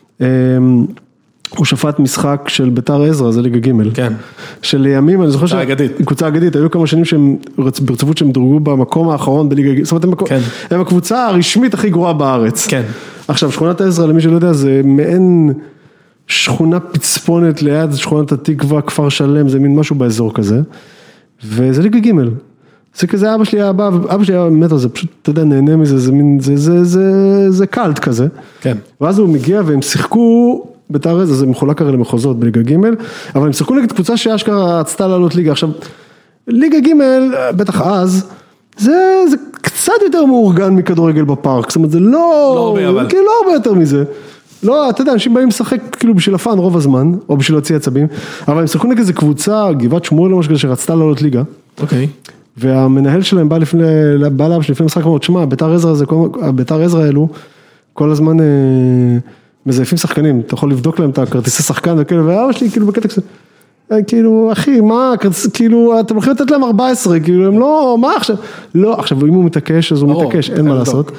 הוא שפט משחק של ביתר עזרא, זה ליגה ג' כן. שלימים, אני זוכר קבוצה אגדית, היו כמה שנים שהם ברצפות שהם דורגו במקום האחרון בליגה ג', זאת אומרת, הם הקבוצה הרשמית הכי גרועה בארץ. כן. עכשיו, שכונת עזרא, למי שלא יודע, זה מעין שכונה פצפונת ליד שכונת התקווה, כפר שלם, זה מין משהו באזור כזה, וזה ליגה ג'. זה כזה, אבא שלי היה מטר, זה פשוט, אתה יודע, נהנה מזה, זה מין, זה קלט כזה. כן. ואז הוא מגיע והם שיחקו, ביתר עזרא, זה מחולק הרי למחוזות בליגה ג', אבל הם שיחקו נגד קבוצה שאשכרה רצתה לעלות ליגה. עכשיו, ליגה ג', בטח אז, זה קצת יותר מאורגן מכדורגל בפארק, זאת אומרת, זה לא הרבה יותר מזה. לא, אתה יודע, אנשים באים לשחק כאילו בשביל הפן רוב הזמן, או בשביל להוציא עצבים, אבל הם שיחקו נגד איזה קבוצה, גבעת שמואל או משהו כזה, שרצתה לעלות ליגה. אוקיי. והמנהל שלהם בא לאבא שלפני משחק מאוד, שמע, ביתר עזרא האלו, כל הזמן מזייפים שחקנים, אתה יכול לבדוק להם את הכרטיסי שחקן וכאלה, ואבא שלי כאילו בקטע כזה, כאילו, אחי, מה, כאילו, אתם הולכים לתת להם 14, כאילו, הם לא, מה עכשיו? לא, עכשיו, אם הוא מתעקש, אז הוא מתעקש, אין מה לעשות.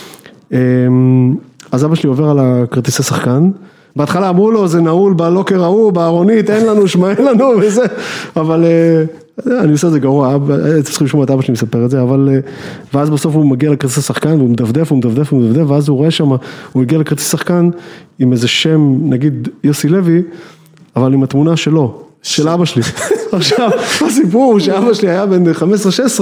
אז אבא שלי עובר על הכרטיסי שחקן, בהתחלה אמרו לו, זה נעול בלוקר ההוא, בארונית, אין לנו, שמע, אין לנו, וזה, אבל אני עושה את זה גרוע, צריכים לשמוע את אבא שלי מספר את זה, אבל, ואז בסוף הוא מגיע לכרטיס השחקן, והוא מדפדף, ואז הוא רואה שם, הוא הגיע לכרטיס השחקן, עם איזה שם, נגיד, יוסי לוי, אבל עם התמונה שלו, של אבא שלי. עכשיו, הסיפור הוא שאבא שלי היה בן 15-16,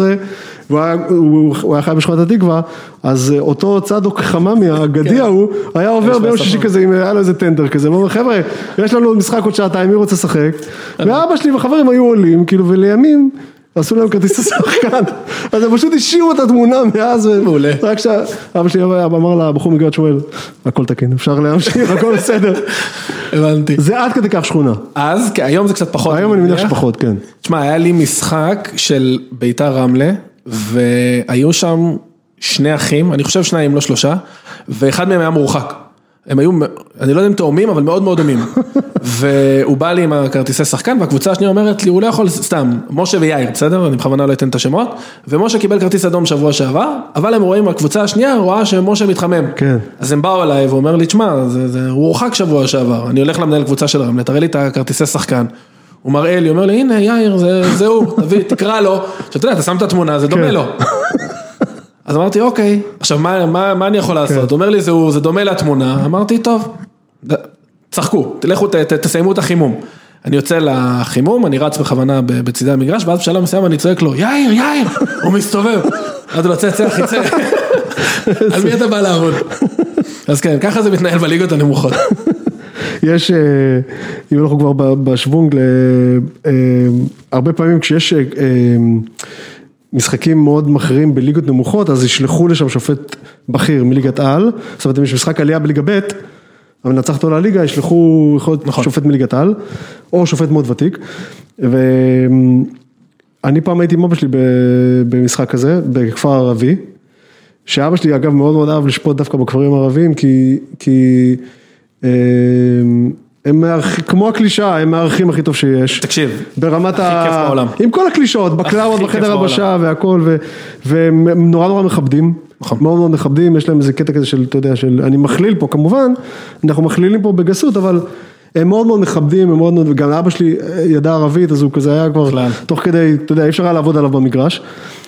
הוא היה חי בשכונת התקווה, אז אותו צדוק חממי, הגדי ההוא, היה עובר ביום שישי כזה, היה לו איזה טנדר כזה, הוא אומר, חבר'ה, יש לנו משחק עוד שעתיים, מי רוצה לשחק? ואבא שלי וחברים היו עולים, כאילו, ולימים, עשו להם כרטיס שחקן, אז הם פשוט השאירו את התמונה מאז, רק שאבא שלי אמר לבחור מגבעת שמואל, הכל תקין, אפשר להמשיך, הכל בסדר. הבנתי. זה עד כדי כך שכונה. אז, כי היום זה קצת פחות. היום אני מניח שפחות, כן. תשמע, היה לי משחק של ביתר רמלה, והיו שם שני אחים, אני חושב שניים, לא שלושה, ואחד מהם היה מורחק. הם היו, אני לא יודע אם תאומים, אבל מאוד מאוד דומים. והוא בא לי עם הכרטיסי שחקן, והקבוצה השנייה אומרת לי, הוא לא יכול, סתם, משה ויאיר, בסדר? אני בכוונה לא אתן את השמות, ומשה קיבל כרטיס אדום שבוע שעבר, אבל הם רואים, הקבוצה השנייה רואה שמשה מתחמם. כן. אז הם באו אליי ואומר לי, תשמע, הוא הורחק שבוע שעבר, אני הולך למנהל קבוצה של רמלה, תראה לי את הכרטיסי שחקן. הוא מראה לי, אומר לי, הנה, יאיר, זהו, תביא, תקרא לו. עכשיו, אתה יודע, אתה שם את התמונה, זה דומה לו. אז אמרתי, אוקיי, עכשיו מה אני יכול לעשות? הוא אומר לי, זה דומה לתמונה, אמרתי, טוב, צחקו, תלכו, תסיימו את החימום. אני יוצא לחימום, אני רץ בכוונה בצדי המגרש, ואז בשלב מסוים אני צועק לו, יאיר, הוא מסתובב. אז הוא יוצא, חיצה. על מי אתה בא לעבוד? אז כן, ככה זה מתנהל בליגות הנמוכות. יש, אם אנחנו כבר בשוונג, הרבה פעמים כשיש משחקים מאוד מכריעים בליגות נמוכות, אז ישלחו לשם שופט בכיר מליגת על, זאת אומרת, אם יש משחק עלייה בליגה ב', אבל נצח אותו לליגה, ישלחו שופט מליגת על, או שופט מאוד ותיק, ואני פעם הייתי עם אבא שלי במשחק הזה, בכפר ערבי, שאבא שלי אגב מאוד מאוד אהב לשפוט דווקא בכפרים הערביים, כי הם כמו הקלישה, הם הערכים הכי טוב שיש. תקשיב, ברמת הכי כיף בעולם. עם כל הקלישות, בקלארות, בחדר הבשה והכל, והם נורא נורא מכבדים, מאוד מאוד מכבדים, יש להם איזה קטע כזה של, אתה יודע, אני מכליל פה כמובן, אנחנו מכלילים פה בגסות, אבל הם מאוד מאוד מכבדים, הם מאוד מאוד, וגם אבא שלי ידע ערבית, אז הוא כזה היה כבר, תוך כדי, אתה יודע, אי אפשר היה לעבוד עליו במגרש,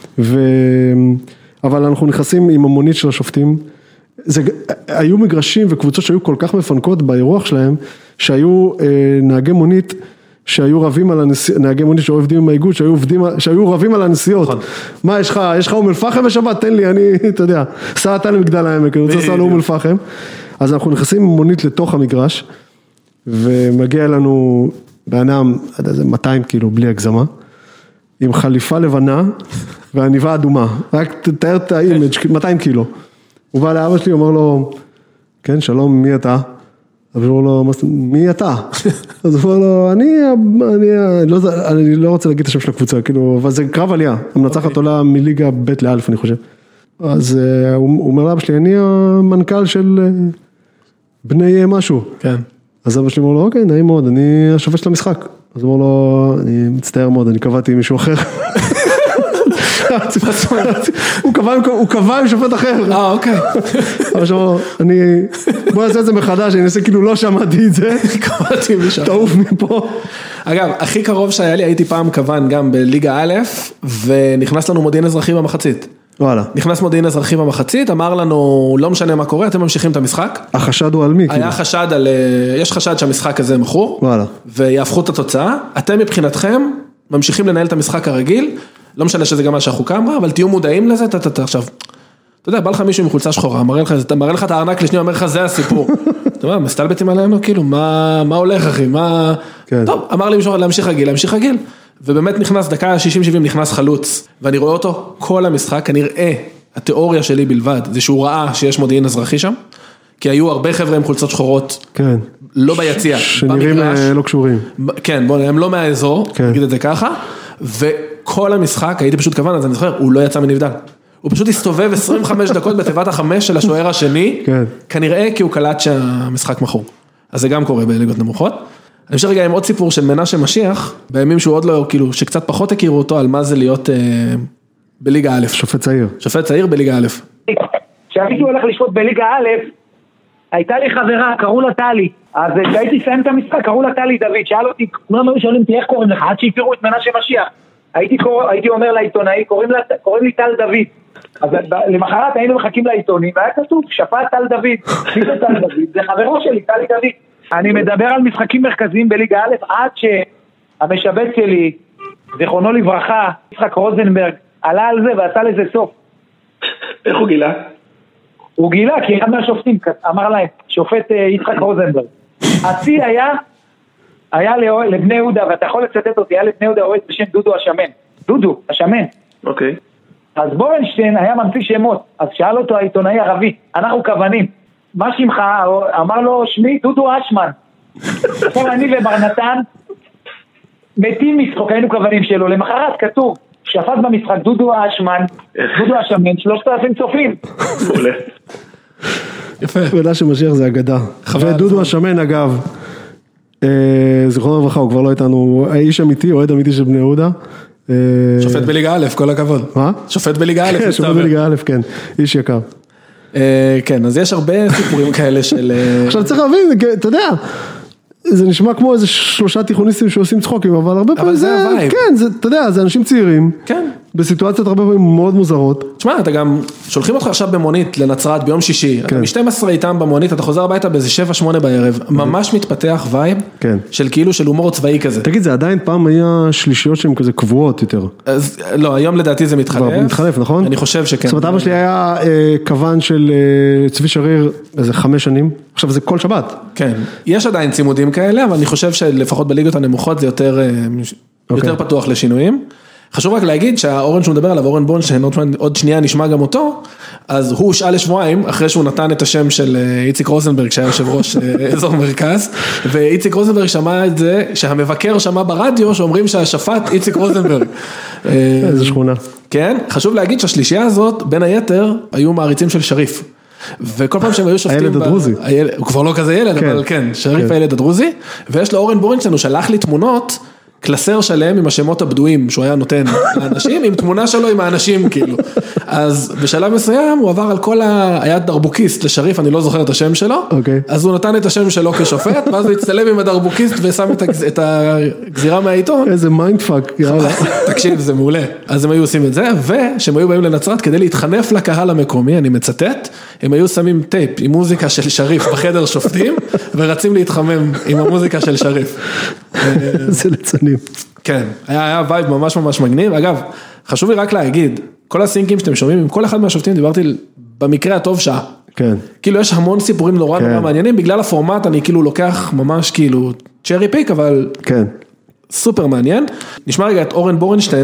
אבל אנחנו נכנסים עם המונית של השופטים, היו מגרשים וקבוצות שהיו כל כך מפנקות באירוח שלהם, שהיו נהגי מונית, שהיו רבים על נהגי מונית שהיו עובדים עם האיגוד, שהיו רבים על הנסיעות. מה, יש לך אום אל-פחם בשבת? תן לי, אתה יודע, סעתה למגדל העמק, אני רוצה לנסוע לאום אל-פחם. אז אנחנו נכנסים עם מונית לתוך המגרש, ומגיע לנו בענם, 200 קילו, בלי הגזמה, עם חליפה לבנה, ועניבה אדומה. רק תתאר את האימג' 200 קילו. הוא בא לאבא שלי, אומר לו, כן, שלום, מי אתה? אז הוא אומר לו, מי אתה? אז הוא אומר לו, אני לא רוצה להגיד את השם של הקבוצה, כאילו, אבל זה קרב עלייה, המנצחת עולה מליגה ב' לאלף, אני חושב. אז הוא אומר לאבא שלי, אני המנכ"ל של בני משהו. כן. אז אבא שלי אומר לו, אוקיי, נעים מאוד, אני השופט של המשחק. אז הוא אומר לו, אני מצטער מאוד, אני קבעתי עם מישהו אחר. הוא קבע עם שופט אחר. אוקיי. אבל שאומר, בוא נעשה את זה מחדש, אני אעשה כאילו לא שמעתי את זה. קבעתי עם מישהו. תעוף מפה. אגב, הכי קרוב שהיה לי, הייתי פעם כוון גם בליגה א', ונכנס לנו מודיעין אזרחי במחצית. וואלה. נכנס מודיעין אזרחי במחצית, אמר לנו, לא משנה מה קורה, אתם ממשיכים את המשחק. החשד הוא על מי? היה חשד יש חשד שהמשחק הזה מכור. וואלה. ויהפכו את התוצאה. אתם מבחינתכם ממשיכים לנהל את המשחק הרגיל, לא משנה שזה גם מה שהחוקה אמרה, אבל תהיו מודעים לזה, עכשיו, אתה יודע, בא לך מישהו עם חולצה שחורה, מראה לך את הארנק לשנייה, אומר לך, זה הסיפור. אתה יודע, מסתלבטים עלינו, כאילו, מה הולך, אחי, מה... טוב, אמר לי מישהו, להמשיך רגיל, ובאמת נכנס, דקה 60-70 נכנס חלוץ, ואני רואה אותו כל המשחק, כנראה, התיאוריה שלי בלבד, זה שהוא ראה שיש מודיעין אזרחי שם, כי היו הרבה חבר'ה עם חולצות שחורות, כן. לא ביציע, שנראים לא קשורים. כן, בוא, הם לא מהאזור, נגיד את זה ככה, וכל המשחק, הייתי פשוט כוון, אז אני זוכר, הוא לא יצא מנבדל. הוא פשוט הסתובב 25 דקות בתיבת החמש של השוער השני, כנראה כי הוא קלט שהמשחק מכור. אז זה גם קורה בליגות נמוכות. אני חושב רגע עם עוד סיפור של מנשה משיח, בימים שהוא עוד לא, כאילו, שקצת פחות הכירו אותו על מה זה להיות בליגה א'. שופט צעיר. שופט צעיר בליגה א'. כשהייתי הולך לשפוט בליגה א', הייתה לי חברה, קראו לה טלי. אז כשהייתי סיים את המשחק, קראו לה טלי דוד, שאל אותי, כולם היו שואלים אותי איך קוראים לך, עד שהכירו את מנשה משיח. הייתי אומר לעיתונאי, קוראים לי טל דוד. אז למחרת היינו מחכים לעיתונים, והיה כתוב, שפט טל דוד. מי זה טל דוד? זה חברו שלי, טלי דוד. אני מדבר על משחקים מרכזיים בליגה א', עד שהמשבץ שלי, זיכרונו לברכה, יצחק רוזנברג, עלה על זה ועשה לזה סוף. איך הוא גילה? הוא גילה, כי אחד מהשופטים אמר להם, שופט יצחק רוזנברג. השיא היה לבני יהודה, ואתה יכול לצטט אותי, היה לבני יהודה אוהד בשם דודו השמן. דודו, השמן. אוקיי. אז בורנשטיין היה ממציא שמות, אז שאל אותו העיתונאי ערבי, אנחנו כוונים. מה שמך? אמר לו, שמי דודו אשמן. עכשיו אני וברנתן מתים משחוק, היינו כוונים שלו, למחרת כתוב, שפט במשחק דודו אשמן, דודו השמן, 3,000 צופים. מעולה. יפה. מנשה משיח זה אגדה. ודודו השמן אגב, זיכרונו לברכה, הוא כבר לא איתנו, האיש אמיתי, אוהד אמיתי של בני יהודה. שופט בליגה א', כל הכבוד. מה? שופט בליגה א'. שופט בליגה א', כן, איש יקר. כן, אז יש הרבה סיפורים כאלה של... עכשיו צריך להבין, אתה יודע, זה נשמע כמו איזה 3 תיכוניסטים שעושים צחוקים, אבל הרבה פעמים זה, כן, אתה יודע, זה אנשים צעירים, כן. בסיטואציות הרבה פעמים מאוד מוזרות. תשמע, אתה גם, שולחים אותך עכשיו במונית לנצרת ביום שישי, אתה מ-12 איתם במונית, אתה חוזר הביתה באיזה 7-8 בערב, ממש מתפתח וייב, של כאילו של הומור צבאי כזה. תגיד, זה עדיין פעם היה שלישיות שהן כזה קבועות יותר. לא, היום לדעתי זה מתחלף. מתחלף, נכון? אני חושב שכן. זאת אומרת, אבא שלי היה כוון של צבי שריר איזה 5 שנים, עכשיו זה כל שבת. כן, יש עדיין צימודים כאלה, אבל אני חושב שלפחות בליגות הנמוכות זה יותר פתוח לשינויים. חשוב רק להגיד שהאורן שהוא מדבר עליו, אורן בורנשטיין, עוד שנייה נשמע גם אותו, אז הוא הושאל לשבועיים, אחרי שהוא נתן את השם של איציק רוזנברג, שהיה יושב ראש אזור מרכז, ואיציק רוזנברג שמע את זה, שהמבקר שמע ברדיו, שאומרים שהשפט איציק רוזנברג. איזה שכונה. כן, חשוב להגיד שהשלישייה הזאת, בין היתר, היו מעריצים של שריף. וכל פעם שהם היו שופטים... הילד הדרוזי. הוא כבר לא כזה ילד, אבל כן, שריף הילד הדרוזי, ויש לו אורן בורנשטיין, הוא שלח לי תמונות, קלסר שלם עם השמות הבדואים שהוא היה נותן לאנשים, עם תמונה שלו עם האנשים כאילו. אז בשלב מסוים הוא עבר על כל היה דרבוקיסט לשריף, אני לא זוכר את השם שלו, אז הוא נתן את השם שלו כשופט, ואז הוא הצטלם עם הדרבוקיסט ושם את הגזירה מהעיתון. איזה מיינדפאק, יאללה. תקשיב, זה מעולה. אז הם היו עושים את זה, ושהם היו באים לנצרת כדי להתחנף לקהל המקומי, אני מצטט, הם היו שמים טייפ עם מוזיקה של שריף בחדר שופטים, ורצים להתחמם עם המוזיקה של שריף. זה לצנים. כן, היה וייב ממש ממש מגניב. אגב, חשוב לי רק להגיד, כל הסינקים שאתם שומעים, עם כל אחד מהשופטים דיברתי במקרה הטוב שעה. כן. כאילו יש המון סיפורים נורא נורא מעניינים, בגלל הפורמט אני כאילו לוקח ממש כאילו צ'רי פיק, אבל כן. סופר מעניין. נשמע רגע את אורן בורנשטיין,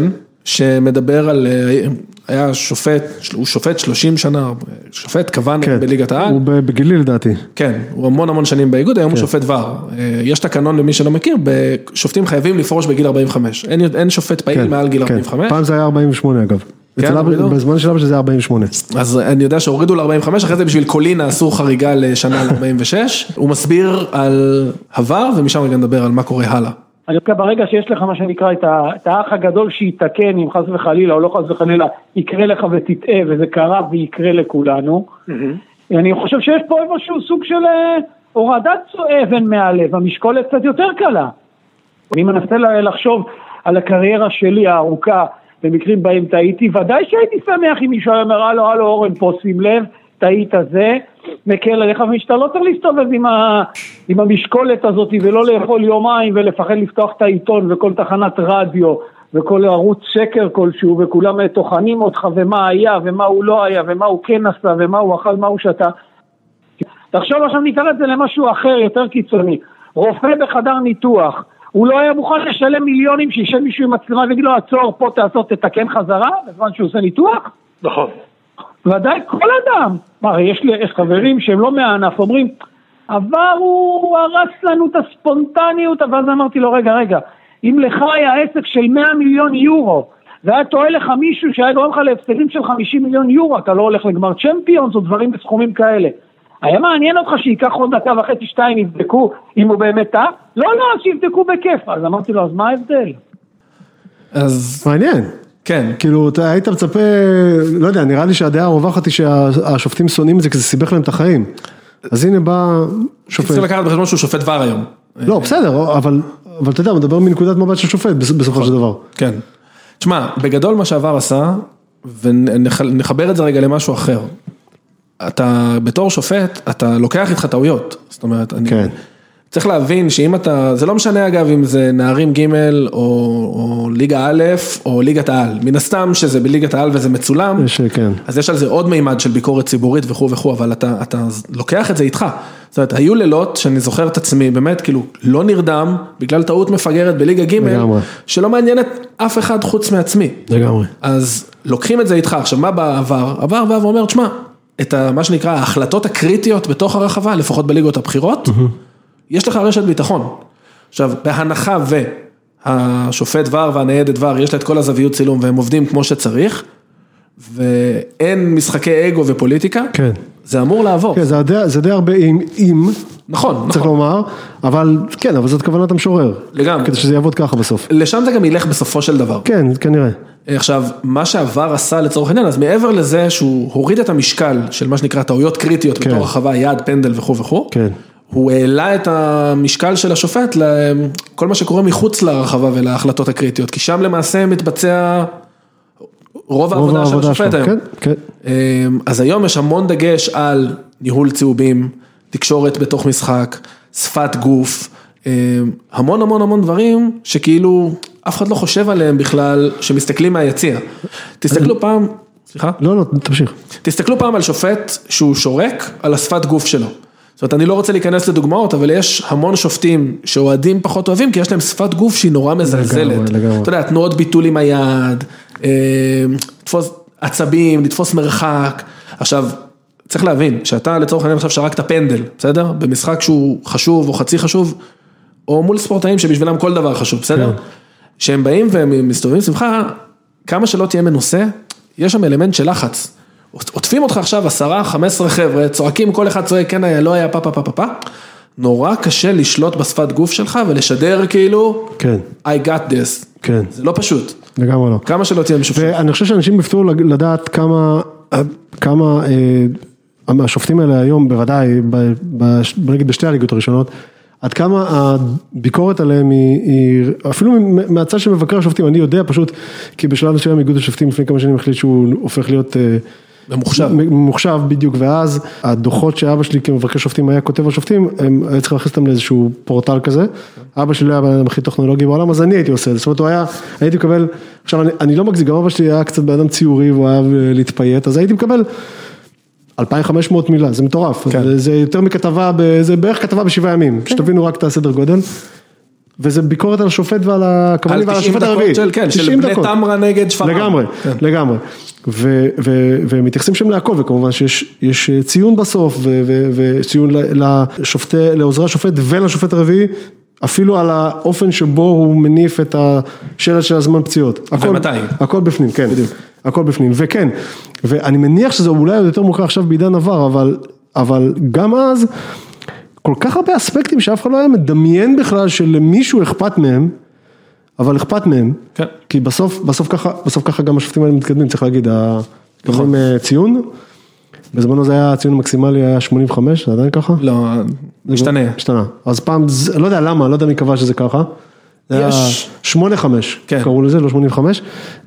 שמדבר על, היה שופט, הוא שופט 30 שנה, שופט כוון בליגת העל. הוא בגילי לדעתי. כן, הוא המון שנים באיגוד, היום הוא שופט ור. יש תקנון למי שלא מכיר, שופטים חייבים לפרוש בגיל 45. אין שופט פעיל מעל גיל 45. פעם זה היה 48 אגב. בזמן שלב שזה היה 48. אז אני יודע שהורידו ל-45, אחרי זה בשביל קולינה עשו חריגה לשנה ל-46. הוא מסביר על הוור, ומשם רגע נדבר על מה קורה הלאה. אני חושב ברגע שיש לך מה שנקרא את האח הגדול שיתקן, אם חס וחלילה או לא חס וחלילה, יקרה לך ותטעה, וזה קרה ויקרה לכולנו. אני חושב שיש פה איזשהו סוג של הורדת אבן מהלב, המשקולת קצת יותר קלה. אני מנסה לחשוב על הקריירה שלי הארוכה, במקרים בהם טעיתי, ודאי שהייתי שמח אם מישהו אומר, הלו אורן פה שים לב, טעית הזה, מקל עליך, ושאתה לא צריך להסתובב עם המשקולת הזאת, ולא לאכול יומיים, ולפחד לפתוח את העיתון, וכל תחנת רדיו, וכל ערוץ שקר כלשהו, וכולם תוכנים אותך, ומה היה, ומה הוא לא היה, ומה הוא כן עשה, ומה הוא אכל, מה הוא שתה. תחשוב עכשיו ניקח את זה למשהו אחר, יותר קיצוני. רופא בחדר ניתוח, הוא לא היה מוכן לשלם מיליונים, שישב מישהו עם מצלמה, ויגיד לו, עצור, פה תעשות, תתקן חזרה, בזמן שהוא עושה ניתוח? נכון. ודאי כל אדם, יש חברים שהם לא מהענף, אומרים, אבל הוא הרס לנו את הספונטניות, ואז אמרתי לו, רגע, אם לך היה עסק של 100 מיליון יורו, והיה טועה לך מישהו שהיה גורם לך להפסדים של 50 מיליון יורו, אתה לא הולך לגמר צ'מפיונס או דברים בסכומים כאלה. היה מעניין אותך שיקח עוד דקה וחצי 2 יבדקו אם הוא באמת טעה? לא, אז שיבדקו בכיף. אז אמרתי לו, אז מה ההבדל? אז מעניין. כן. כאילו, אתה היית מצפה, לא יודע, נראה לי שהדעה הרווחת היא שהשופטים שונאים את זה, כי זה סיבך להם את החיים. אז הנה בא שופט. צריך לקחת בחשבון שהוא שופט ור היום. לא, בסדר, אבל אתה יודע, מדבר מנקודת מבט של שופט בסופו של דבר. כן. תשמע, בגדול מה שהעבר עשה, ונחבר את זה רגע למשהו אחר. אתה בתור שופט, אתה לוקח איתך טעויות. זאת אומרת, כן. צריך להבין שאם אתה, זה לא משנה אגב אם זה נערים ג' או ליגה א' או ליגת העל, מן הסתם שזה בליגת העל וזה מצולם, כן. אז יש על זה עוד מימד של ביקורת ציבורית וכו', אבל אתה לוקח את זה איתך. זאת אומרת, היו לילות שאני זוכר את עצמי, באמת כאילו לא נרדם, בגלל טעות מפגרת בליגה ג' שלא מעניינת אף אחד חוץ מעצמי. לגמרי. אז לוקחים את זה איתך. עכשיו מה בעבר? עבר בא ואומר, תשמע, את מה שנקרא ההחלטות הקריטיות בתוך הרחבה, לפחות בליגות הבחירות, יש לך רשת ביטחון. עכשיו, בהנחה והשופט ור והניידת ור, יש לה את כל הזוויות צילום, והם עובדים כמו שצריך, ואין משחקי אגו ופוליטיקה, כן. זה אמור לעבור. כן, זה די הרבה נכון. צריך לומר, אבל כן, אבל זאת כוונת המשורר. לגמרי. כדי שזה יעבוד ככה בסוף. לשם זה גם ילך בסופו של דבר. כן, כנראה. עכשיו, מה שהעבר עשה לצורך העניין, אז מעבר לזה שהוא הוריד את המשקל של מה שנקרא טעויות קריטיות, בתור רחבה, יד, פנדל וכו', כן. הוא העלה את המשקל של השופט לכל מה שקורה מחוץ לרחבה ולהחלטות הקריטיות, כי שם למעשה מתבצע רוב העבודה של השופט היום. כן. אז היום יש המון דגש על ניהול צהובים, תקשורת בתוך משחק, שפת גוף, המון דברים שכאילו אף אחד לא חושב עליהם בכלל, שמסתכלים מהיציע. תסתכלו פעם, סליחה? לא, תמשיך. תסתכלו פעם על שופט שהוא שורק על השפת גוף שלו. זאת אומרת, אני לא רוצה להיכנס לדוגמאות, אבל יש המון שופטים שאוהדים פחות אוהבים, כי יש להם שפת גוף שהיא נורא מזלזלת. אתה יודע, תנועות ביטול עם היד, לתפוס עצבים, לתפוס מרחק. עכשיו, צריך להבין, שאתה לצורך העניין עכשיו שרקת פנדל, בסדר? במשחק שהוא חשוב או חצי חשוב, או מול ספורטאים שבשבילם כל דבר חשוב, בסדר? שהם באים ומסתובבים סביבך, כמה שלא תהיה מנוסה, יש שם אלמנט של לחץ. עוטפים אותך עכשיו 10-15 חבר'ה, צועקים, כל אחד צועק, כן היה, לא היה, פה. נורא קשה לשלוט בשפת גוף שלך ולשדר כאילו, כן. I got this. כן. זה לא פשוט. לגמרי לא. כמה שלא תהיה משופטים. ואני חושב שאנשים יפתרו לדעת כמה השופטים האלה היום, בוודאי, נגיד בשתי הליגות הראשונות, עד כמה הביקורת עליהם היא, אפילו מהצד של מבקר השופטים, אני יודע פשוט, כי בשלב מסוים איגוד השופטים לפני כמה שנים החליט שהוא הופך להיות ממוחשב בדיוק, ואז הדוחות שאבא שלי כמבקר שופטים היה כותב על שופטים, היה צריך להכניס אותם לאיזשהו פורטל כזה, אבא שלי היה באדם הכי טכנולוגי בעולם, אז אני הייתי עושה את זה, זאת אומרת, הייתי מקבל, עכשיו אני לא מגזים, גם אבא שלי היה קצת באדם ציורי, והוא אהב להתפייט, אז הייתי מקבל 2,500 מילה, זה מטורף, זה יותר מכתבה, זה בערך כתבה ב7 ימים, שתבינו רק את הסדר גודל, וזה ביקורת על השופט ועל הכוונים ועל השופט הרביעי. כן, של בני תמרה נגד שפרעם. לגמרי. ומתייחסים שם להכל, וכמובן שיש ציון בסוף, וציון לעוזרי השופט ולשופט הרביעי, אפילו על האופן שבו הוא מניף את השלט של הזמן פציעות. ומתי? הכל בפנים, כן. בדיוק. הכל בפנים, וכן. ואני מניח שזה אולי יותר מוכר עכשיו בעידן עבר, אבל גם אז, כל כך הרבה אספקטים שאף אחד לא היה מדמיין בכלל שלמישהו אכפת מהם, אבל אכפת מהם, כן. כי בסוף ככה גם השופטים האלה מתקדמים, צריך להגיד, קוראים ציון, בזמנו זה היה, הציון המקסימלי היה 85, זה עדיין ככה? לא, משתנה. אז פעם, לא יודע למה, לא יודע מי קבע שזה ככה, זה היה 85, קראו לזה, לא 85.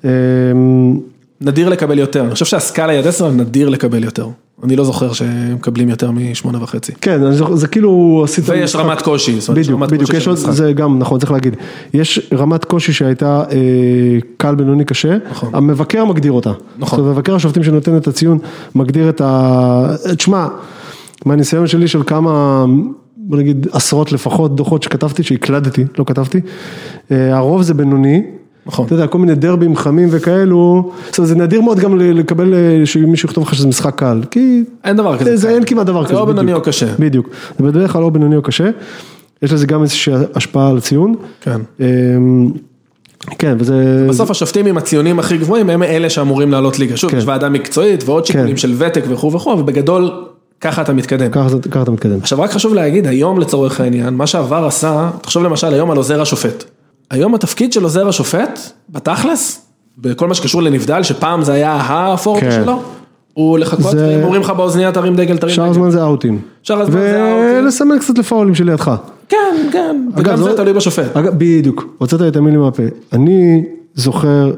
נדיר לקבל יותר, אני חושב שהסקאלה היא עד 10, נדיר לקבל יותר. אני לא זוכר שהם מקבלים יותר מ8.5. כן, זה כאילו עשית... ויש רמת קושי. בדיוק, יש עוד, זה גם, נכון, צריך להגיד. יש רמת קושי שהייתה קל בינוני קשה, המבקר מגדיר אותה. נכון. המבקר השופטים שנותן את הציון, מגדיר את תשמע, מהניסיון שלי של כמה, בוא נגיד, עשרות לפחות דוחות שכתבתי, שהקלדתי, לא כתבתי, הרוב זה בינוני, נכון. אתה יודע, כל מיני דרבים חמים וכאלו, זה נדיר מאוד גם לקבל שמישהו יכתוב לך שזה משחק קל, כי אין דבר כזה. זה אין כמעט דבר כזה. זה או בינוני או קשה. בדיוק. זה בדרך כלל או בינוני או קשה, יש לזה גם איזושהי השפעה על הציון. כן. כן, וזה... בסוף השופטים עם הציונים הכי גבוהים, הם אלה שאמורים לעלות ליגה. שוב, יש ועדה מקצועית ועוד שיקולים של ותק וכו', ובגדול, ככה אתה מתקדם. ככה אתה מתקדם. עכשיו, רק חשוב להגיד, היום לצורך העניין, מה שעבר עשה, תחשוב למשל היום על עוזר השופט. היום התפקיד של עוזר השופט, בתכלס, בכל מה שקשור לנבדל, שפעם זה היה הפורטה שלו, הוא לחכות, אומרים לך באוזניה תרים דגל, תרים דגל. שער הזמן זה אאוטים. ולסמן קצת לפאולים שלידך. כן, כן, וגם זה תלוי בשופט. בדיוק, הוצאת את המילים מהפה. אני זוכר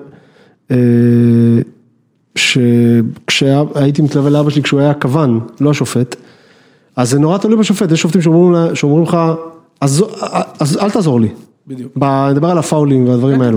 שכשהייתי מתלווה לאבא שלי, כשהוא היה כוון, לא השופט, אז זה נורא תלוי בשופט, יש שופטים שאומרים לך, אז אל תעזור לי. בדיוק. נדבר על הפאולים והדברים האלו.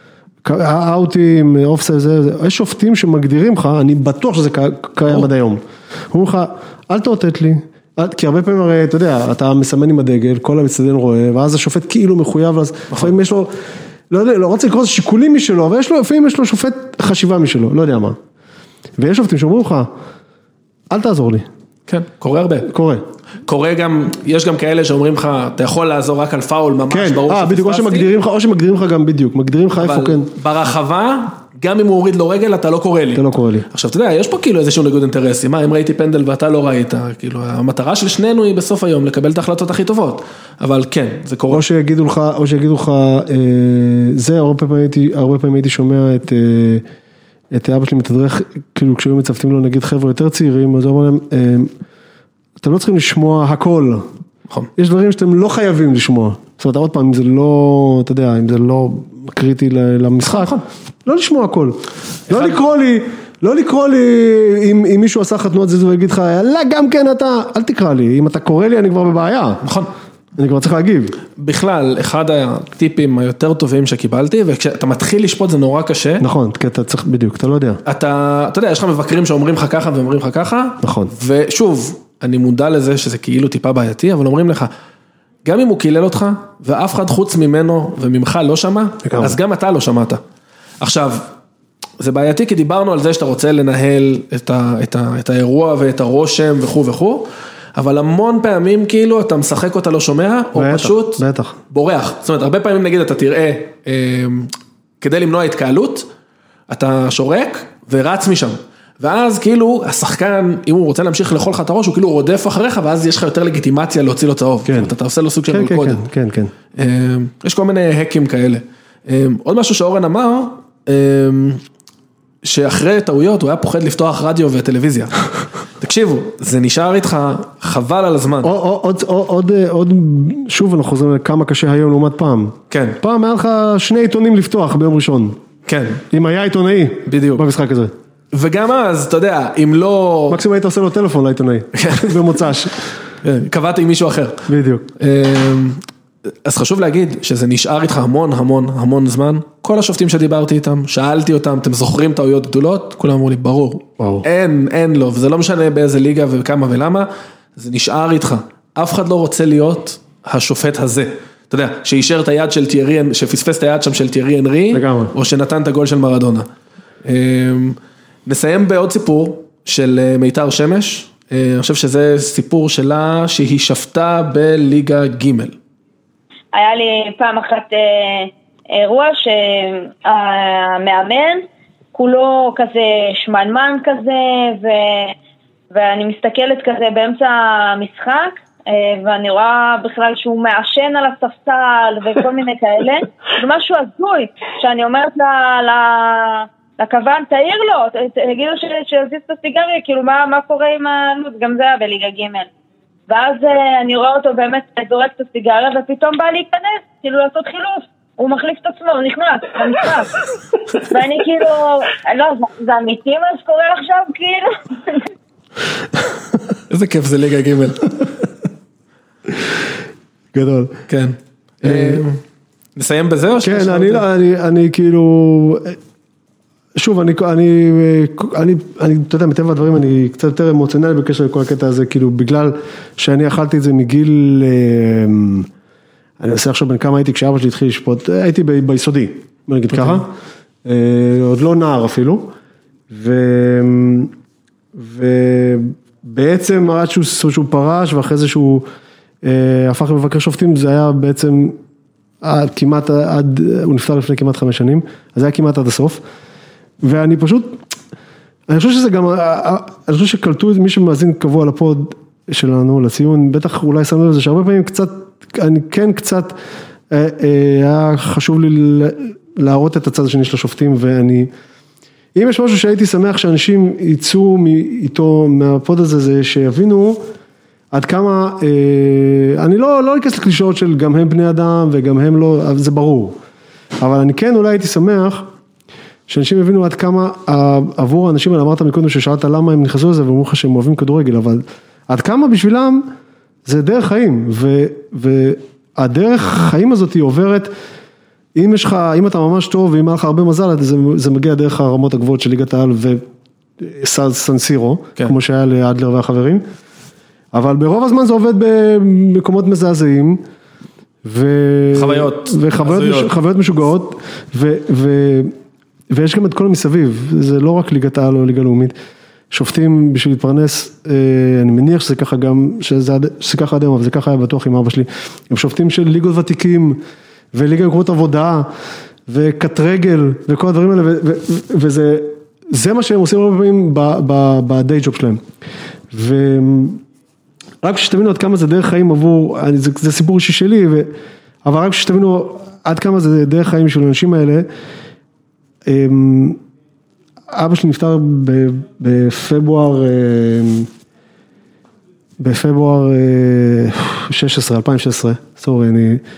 האוטים, אופסייד, יש שופטים שמגדירים לך, אני בטוח שזה קיים עד היום. אומרים לך, אל תאותת לי, כי הרבה פעמים הרי, אתה יודע, אתה מסמן עם הדגל, כל המצדדים רואה, ואז השופט כאילו מחויב, אז לפעמים יש לו, לא יודע, לא רוצה לקרוא לזה שיקולים משלו, אבל לפעמים יש לו שופט חשיבה משלו, לא יודע מה. ויש שופטים שאומרים לך, אל תעזור לי. כן, קורה הרבה. קורה גם, יש גם כאלה שאומרים לך, אתה יכול לעזור רק על פאול, ממש ברור שפספסתי. בדיוק, או שמגדירים לך גם בדיוק, מגדירים לך איפה, כן. ברחבה, גם אם הוא הוריד לו רגל, אתה לא קורא לי. אתה לא קורא לי. עכשיו, אתה יודע, יש פה כאילו איזשהו ניגוד אינטרסים, אם ראיתי פנדל ואתה לא ראית, כאילו, המטרה של שנינו היא בסוף היום, לקבל את ההחלטות הכי טובות. אבל כן, זה קורה. או שיגידו לך, זה, הרבה פעמים הייתי שומע את אבא שלי מתדרך, כאילו, כשהיו מצוותים לו, נגיד, חבר'ה יותר צעירים, אז הוא אומר להם, אתם לא צריכים לשמוע הכל. נכון. יש דברים שאתם לא חייבים לשמוע. זאת אומרת, עוד פעם, אם זה לא, אתה יודע, אם זה לא קריטי למשחק, נכון. לא לשמוע הכל. לא לקרוא לי, אם מישהו עשה חתונות זה ויגיד לך, לא, גם כן אתה, אל תקרא לי, אם אתה קורא לי, אני כבר בבעיה. נכון. אני כבר צריך להגיב. בכלל, אחד הטיפים היותר טובים שקיבלתי, וכשאתה מתחיל לשפוט זה נורא קשה. נכון, כי אתה צריך בדיוק, אתה לא יודע. אתה יודע, יש לך מבקרים שאומרים לך ככה ואומרים לך ככה. נכון. ושוב, אני מודע לזה שזה כאילו טיפה בעייתי, אבל אומרים לך, גם אם הוא קילל אותך, ואף אחד חוץ ממנו וממך לא שמע, אז גם אתה לא שמעת. עכשיו, זה בעייתי כי דיברנו על זה שאתה רוצה לנהל את האירוע ואת הרושם וכו', אבל המון פעמים כאילו אתה משחק אותה לא שומע, או פשוט בורח. זאת אומרת, הרבה פעמים נגיד אתה תראה, כדי למנוע התקהלות, אתה שורק ורץ משם. ואז כאילו השחקן, אם הוא רוצה להמשיך לאכול לך את הראש, הוא כאילו רודף אחריך, ואז יש לך יותר לגיטימציה להוציא לו צהוב. כן. אתה עושה לו סוג של מלכודת. כן, כן. יש כל מיני הקים כאלה. עוד משהו שאורן אמר, שאחרי טעויות הוא היה פוחד לפתוח רדיו וטלוויזיה. תקשיבו, זה נשאר איתך חבל על הזמן. עוד, שוב אנחנו חוזרים לכמה קשה היום לעומת פעם. כן. פעם היה לך 2 עיתונים לפתוח ביום ראשון. כן. אם היה עיתונאי. בדיוק. במשחק הזה. וגם אז, אתה יודע, אם לא... מקסימום היית עושה לו טלפון לעיתונאי. במוצ"ש. קבעתי עם מישהו אחר. בדיוק. אז חשוב להגיד שזה נשאר איתך המון זמן. כל השופטים שדיברתי איתם, שאלתי אותם, אתם זוכרים טעויות גדולות? כולם אמרו לי, ברור. אין לו, וזה לא משנה באיזה ליגה וכמה ולמה, זה נשאר איתך. אף אחד לא רוצה להיות השופט הזה. אתה יודע, שאישר את היד של תיארי, שפספס את היד שם של תיארי אנרי, או שנתן את הגול של מרדונה. נסיים בעוד סיפור של מיתר שמש, אני חושב שזה סיפור שלה שהיא שפטה בליגה ג'. היה לי פעם אחת אירוע שהמאמן, כולו כזה שמנמן כזה, ואני מסתכלת כזה באמצע המשחק, ואני רואה בכלל שהוא מעשן על הספסל וכל מיני כאלה, זה משהו הזוי, שאני אומרת לכוון, תעיר לו, תגידו שיזיז את הסיגריה, כאילו מה קורה עם הלו"ז, גם זה היה בליגה ג'. ואז אני רואה אותו באמת זורק את הסיגריה, ופתאום בא להיכנס, כאילו לעשות חילוף, הוא מחליף את עצמו, הוא נכנס, למשחק. ואני כאילו, לא, זה אמיתי מה שקורה עכשיו, כאילו? איזה כיף זה ליגה ג'. גדול. כן. נסיים בזה או כן, אני כאילו, שוב, אתה יודע, מטבע הדברים, אני קצת יותר אמוציונלי בקשר לכל הקטע הזה, כאילו, בגלל שאני אכלתי את זה מגיל, אני עושה עכשיו בין כמה הייתי, כשאבא שלי התחיל לשפוט, הייתי ביסודי, בוא נגיד ככה, עוד לא נער אפילו, ובעצם עד שהוא פרש, ואחרי זה שהוא הפך לבקר שופטים, זה היה בעצם כמעט עד, הוא נפטר לפני כמעט 5 שנים, אז זה היה כמעט עד הסוף, ואני פשוט, אני חושב שזה גם, אני חושב שקלטו את מי שמאזין קבוע לפוד שלנו, לציון, בטח אולי שמנו לזה, שהרבה פעמים קצת, אני כן קצת, היה חשוב לי להראות את הצד השני של השופטים, ואני, אם יש משהו שהייתי שמח שאנשים יצאו איתו מהפוד הזה, זה שיבינו עד כמה, אני לא אכנס לקלישאות של גם הם בני אדם, וגם הם לא, זה ברור, אבל אני כן אולי הייתי שמח, שאנשים הבינו עד כמה עבור האנשים האלה, אמרת מקודם ששאלת למה הם נכנסו לזה, ואומרו לך שהם אוהבים כדורגל, אבל עד כמה בשבילם זה דרך חיים, והדרך חיים הזאת היא עוברת, אם אתה ממש טוב, ואם היה לך הרבה מזל, זה מגיע דרך הרמות הגבוהות של ליגת העל וסן סירו, כמו שהיה לאדלר והחברים, אבל ברוב הזמן זה עובד במקומות מזעזעים, וחוויות משוגעות, ויש גם את כל המסביב, זה לא רק ליגת העל או ליגה לאומית, שופטים בשביל להתפרנס, אני מניח שזה ככה גם, שזה ככה עד היום, אבל זה ככה היה בטוח עם אבא שלי, הם שופטים של ליגות ותיקים, וליגה מקומות עבודה, וקט רגל, וכל הדברים האלה, וזה מה שהם עושים הרבה פעמים בדיי ג'וב שלהם, ורק שתבינו עד כמה זה דרך חיים עבור, זה סיפור אישי שלי, אבל רק שתבינו עד כמה זה דרך חיים של האנשים האלה, אבא שלי נפטר בפברואר 2016, סורי,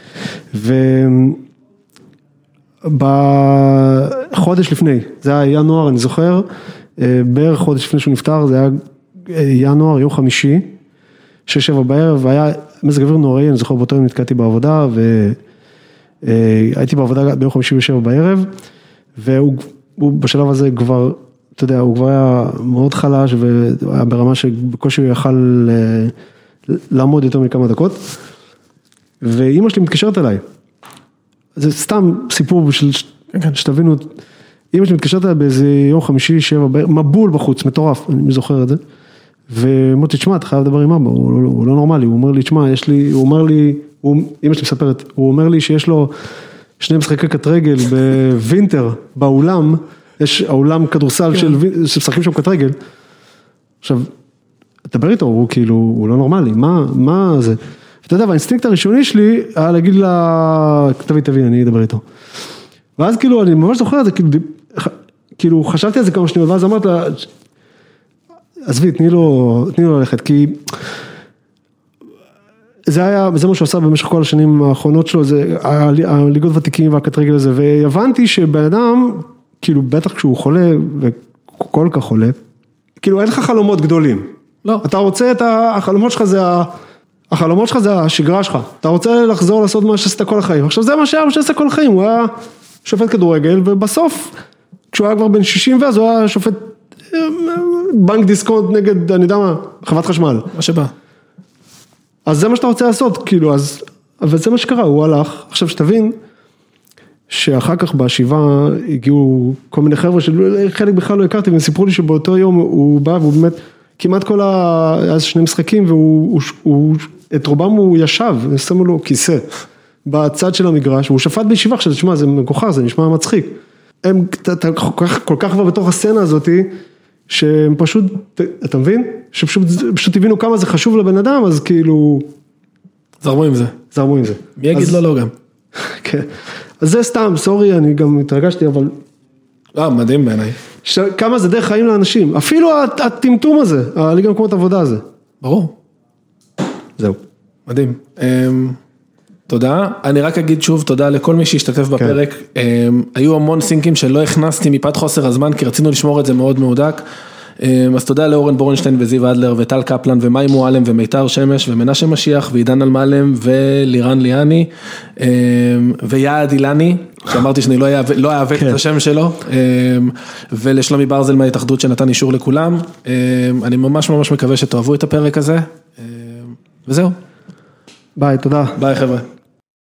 ובחודש לפני, זה היה ינואר, אני זוכר, בערך חודש לפני שהוא נפטר, זה היה ינואר, יום חמישי, 6-7 בערב, והיה מזג אוויר נוראי, אני זוכר באותו יום נתקעתי בעבודה, והייתי בעבודה ביום חמישי ב7 בערב, והוא בשלב הזה כבר, אתה יודע, הוא כבר היה מאוד חלש, והיה ברמה שבקושי הוא יכל לעמוד יותר מכמה דקות, ואמא שלי מתקשרת אליי, זה סתם סיפור בשביל שתבינו, אמא שלי מתקשרת אליי באיזה יום חמישי, 7 בערב, מבול בחוץ, מטורף, אני זוכר את זה, ואמרתי, תשמע, אתה חייב לדבר עם אבא, הוא לא נורמלי, הוא אומר לי, תשמע, הוא אומר לי, אמא שלי מספרת, הוא אומר לי שיש לו 2 משחקי קט רגל בווינטר, באולם, יש האולם כדורסל שמשחקים שם קט רגל, עכשיו, תדבר איתו, הוא כאילו, הוא לא נורמלי, מה זה? אתה יודע, והאינסטינקט הראשוני שלי, היה להגיד לה, תביא, אני אדבר איתו. ואז כאילו, אני ממש זוכר את זה, כאילו, חשבתי על זה כמה שניות, ואז אמרת לה, עזבי, תני לו ללכת, כי זה מה שהוא עשה במשך כל השנים האחרונות שלו, זה הליגות ותיקים והקט רגל הזה, והבנתי שבן אדם, כאילו בטח כשהוא חולה, וכל כך חולה, כאילו אין לך חלומות גדולים. לא. אתה רוצה את החלומות שלך זה השגרה שלך. אתה רוצה לחזור לעשות מה שעשית כל החיים. עכשיו זה מה שעשית כל החיים, הוא היה שופט כדורגל, ובסוף, כשהוא היה כבר בן 60 ואז הוא היה שופט בנק דיסקונט נגד, אני יודע מה, חברת חשמל. מה שבא. אז זה מה שאתה רוצה לעשות, כאילו, אז אבל זה מה שקרה, הוא הלך, עכשיו שתבין, שאחר כך בשבעה הגיעו כל מיני חבר'ה, שחלק בכלל לא הכרתי, והם סיפרו לי שבאותו יום הוא בא, והוא באמת, כמעט היה 2 משחקים, את רובם הוא ישב, שמו לו כיסא, בצד של המגרש, והוא שפט בישיבה, עכשיו תשמע, זה מכוחר, זה נשמע מצחיק. אתה כל כך כבר בתוך הסצנה הזאת, שהם פשוט, אתה מבין? שפשוט הבינו כמה זה חשוב לבן אדם, אז כאילו... זרמו עם זה. מי יגיד לו לא גם? כן. אז זה סתם, סורי, אני גם התרגשתי, אבל... מדהים בעיניי. כמה זה דרך חיים לאנשים, אפילו הטמטום הזה, הליגה מקומות עבודה הזה. ברור. זהו. מדהים. תודה, אני רק אגיד שוב תודה לכל מי שהשתתף בפרק, היו המון סינקים שלא הכנסתי מפאת חוסר הזמן, כי רצינו לשמור את זה מאוד מהודק, אז תודה לאורן בורנשטיין וזיו אדלר וטל קפלן ומאי מועלם ומיתר שמש ומנשה משיח ועידן אלמלם ולירן ליאני ויעד אילני, שאמרתי שאני לא אעוות את השם שלו, ולשלומי ברזל מההתאחדות שנתן אישור לכולם, אני ממש מקווה שתאהבו את הפרק הזה, וזהו. ביי, תודה. ביי חבר'ה.